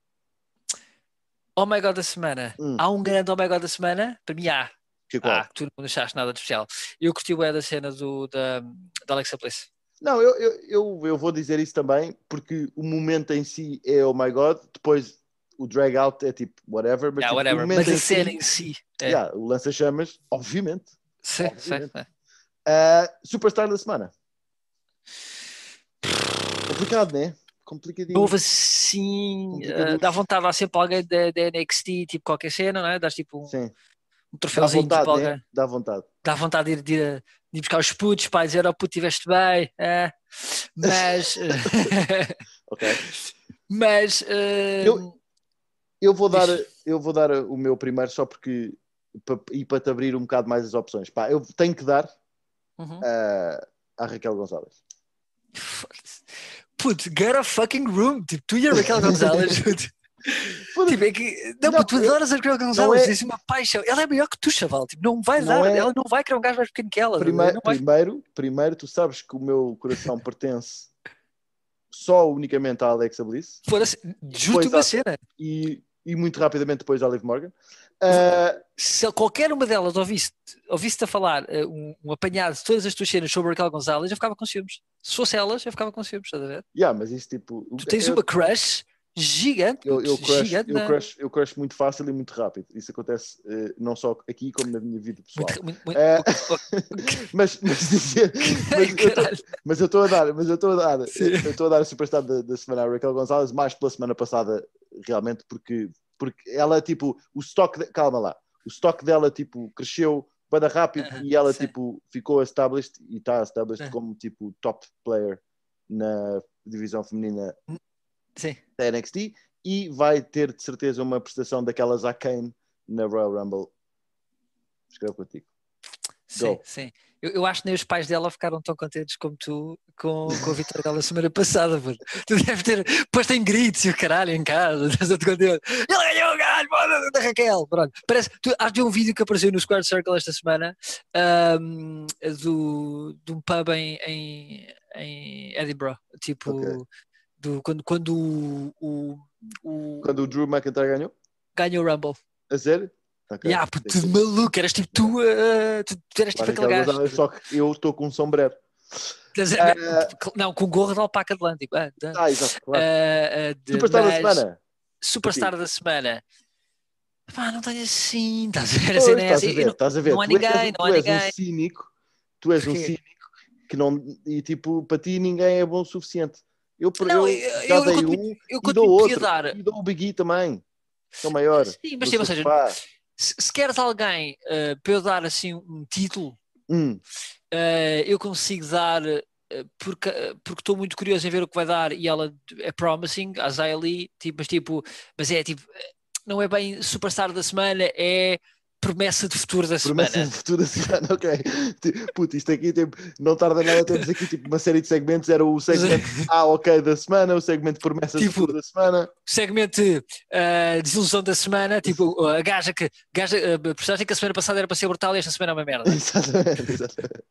Oh my God da semana. Hum, Há um grande Oh my God da semana? Para mim há. que Ah, qual? que tu não deixaste nada de especial. Eu curti o da cena do, da, da Alexa Bliss. Não, eu, eu, eu, eu vou dizer isso também, porque o momento em si é oh my God, depois o drag out é tipo whatever, mas Yeah, tipo, o whatever. momento Mas a em cena si, em si. É. yeah, o lança-chamas, obviamente. Sim, sim, Obviamente. sim. Uh, Superstar da semana. Complicado, né? Não houve Complicadinho. assim. Uh, dá Complicadinho. vontade lá sempre alguém da, da N X T, tipo qualquer cena, não é? Dás tipo um, Sim. um Dá troféuzinho, tipo vontade, né? alguém. Dá vontade. Dá vontade de ir, de ir, de ir buscar os putos para dizer: oh puto, estiveste bem. É. Mas. Ok. mas. Eu, Uh, eu, vou dar, diz. eu vou dar o meu primeiro só porque pa- e para te abrir um bocado mais as opções. Pá, eu tenho que dar Uhum. uh, à Raquel Gonçalves. Puto, get a fucking room. Tipo, tu e a Raquel Gonzalez. Tipo, é que, não, Não, puto, tu eu, adoras a Raquel não Gonzalez, é, tens uma paixão. Ela é maior que tu, chaval. Tipo, não vai não dar. Ela é não vai criar um gajo mais pequeno que ela. Tá a ver? prime, Não vai. primeiro, primeiro, tu sabes que o meu coração pertence só unicamente à Alexa Bliss Foda-se, e juro-te depois uma a, cena. e, e muito rapidamente depois à Liv Morgan. Uh, Se qualquer uma delas ouvisse, ouvisse-te a falar uh, um, um apanhado de todas as tuas cenas sobre a Raquel Gonzalez, eu ficava com ciúmes. Se fosse elas, eu ficava com ciúmes, estás a ver? yeah, mas isso tipo, Tu tens eu, uma crush gigante, eu, puto, eu, crush, gigante, eu, né? crush, eu crush muito fácil e muito rápido. Isso acontece uh, não só aqui como na minha vida pessoal. Muito, muito, muito. Uh, mas, mas, dizer, mas, eu tô, Caralho. mas eu estou a dar, mas eu estou a dar, Sim. eu estou a dar a superstar da, da semana à Raquel Gonzalez mais pela semana passada, realmente, porque, porque ela tipo, o stock, de, calma lá, o stock dela tipo cresceu bada rápido Uh-huh. e ela Sim. tipo ficou established e está established Uh-huh. como tipo top player na divisão feminina Sim. da N X T e vai ter de certeza uma prestação daquelas a Kane na Royal Rumble escrevo contigo. Sim, Go. sim. Eu, eu acho que nem os pais dela ficaram tão contentes como tu com, com a vitória dela semana passada. Mano. Tu deves ter posto em gritos e o caralho em casa. Estás a te contar. Ele ganhou o caralho, mano, da Raquel. Pronto. Parece, tu, has de um vídeo que apareceu no Square Circle esta semana um, do, de um pub em, em, em Edinburgh. Tipo, Okay. do, quando, quando o, o, o, Quando o Drew McIntyre ganhou? ganhou o Rumble. A sério? Okay. Yeah, puto, tudo maluco, eras tipo tu, uh, tu, tu eras tipo aquele gajo. Só que eu estou com um sombrero. Uh, não, com gorro de alpaca atlântico. Ah, ah exato, claro. Uh, uh, de, Superstar da semana. Superstar da semana. Pá, não tenho assim. Estás a ver? Pois, assim, estás, assim, a ver, não, estás a ver. Não há tu ninguém, és, não há tu és ninguém. um cínico. Tu és um cínico que não. E tipo, para ti ninguém é bom o suficiente. Eu, Não, eu, eu, já eu, dei eu, um eu, e dou outro. Dar... E dou o Big E também. Que é o maior. Sim, mas tipo, ou seja, se, se queres alguém uh, para eu dar assim um título, hum. uh, eu consigo dar. Porque porque estou muito curioso em ver o que vai dar e ela é promising, a Xia Li, tipo, mas tipo, mas é tipo, não é bem superstar da semana, é promessa de futuro da promessa semana. Promessa de futuro da semana, ok. Puto, isto aqui tipo, não tarda nada, temos aqui tipo uma série de segmentos, era o segmento ah, ok da semana, o segmento promessa tipo, de futuro da semana. Segmento uh, desilusão da semana, tipo, a gaja que, gaja, a personagem que a semana passada era para ser brutal e esta semana é uma merda. Exatamente, exatamente.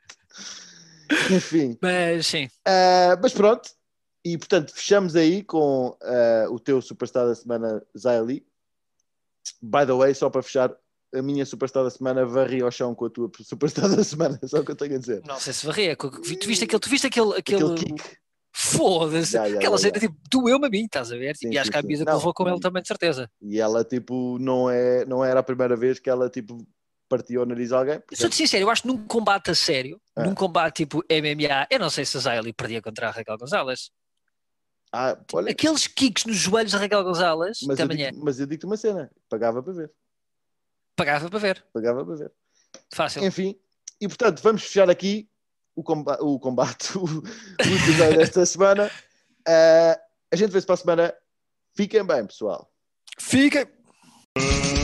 Enfim. Mas sim. Uh, mas pronto. E portanto, fechamos aí com uh, o teu superstar da semana, Xia Li. By the way, só para fechar, a minha superstar da semana varri ao chão com a tua superstar da semana. Só o que eu tenho a dizer. Não sei se varri. Tu viste aquele, tu viste aquele, aquele... aquele kick. Foda-se. Yeah, yeah, Aquela yeah, cena, yeah. Tipo, doeu-me a mim, estás a ver? Sim, e acho sim, que a Bisa que levou com ele também, de certeza. E ela, tipo, não, é, não era a primeira vez que ela, tipo, partiu o nariz a alguém. Portanto... Sou-te sincero, eu acho que num combate a sério, ah. num combate tipo M M A, eu não sei se a Xia Li perdia contra a Raquel Gonzalez. Ah, olha... Aqueles kicks nos joelhos da Raquel Gonzalez, mas eu, digo, mas eu digo-te uma cena, pagava para ver. Pagava para ver. Pagava para ver. Fácil. Enfim, e portanto, vamos fechar aqui o, comba o combate, o, o episódio desta semana. Uh, a gente vê-se para a semana. Fiquem bem, pessoal. Fiquem.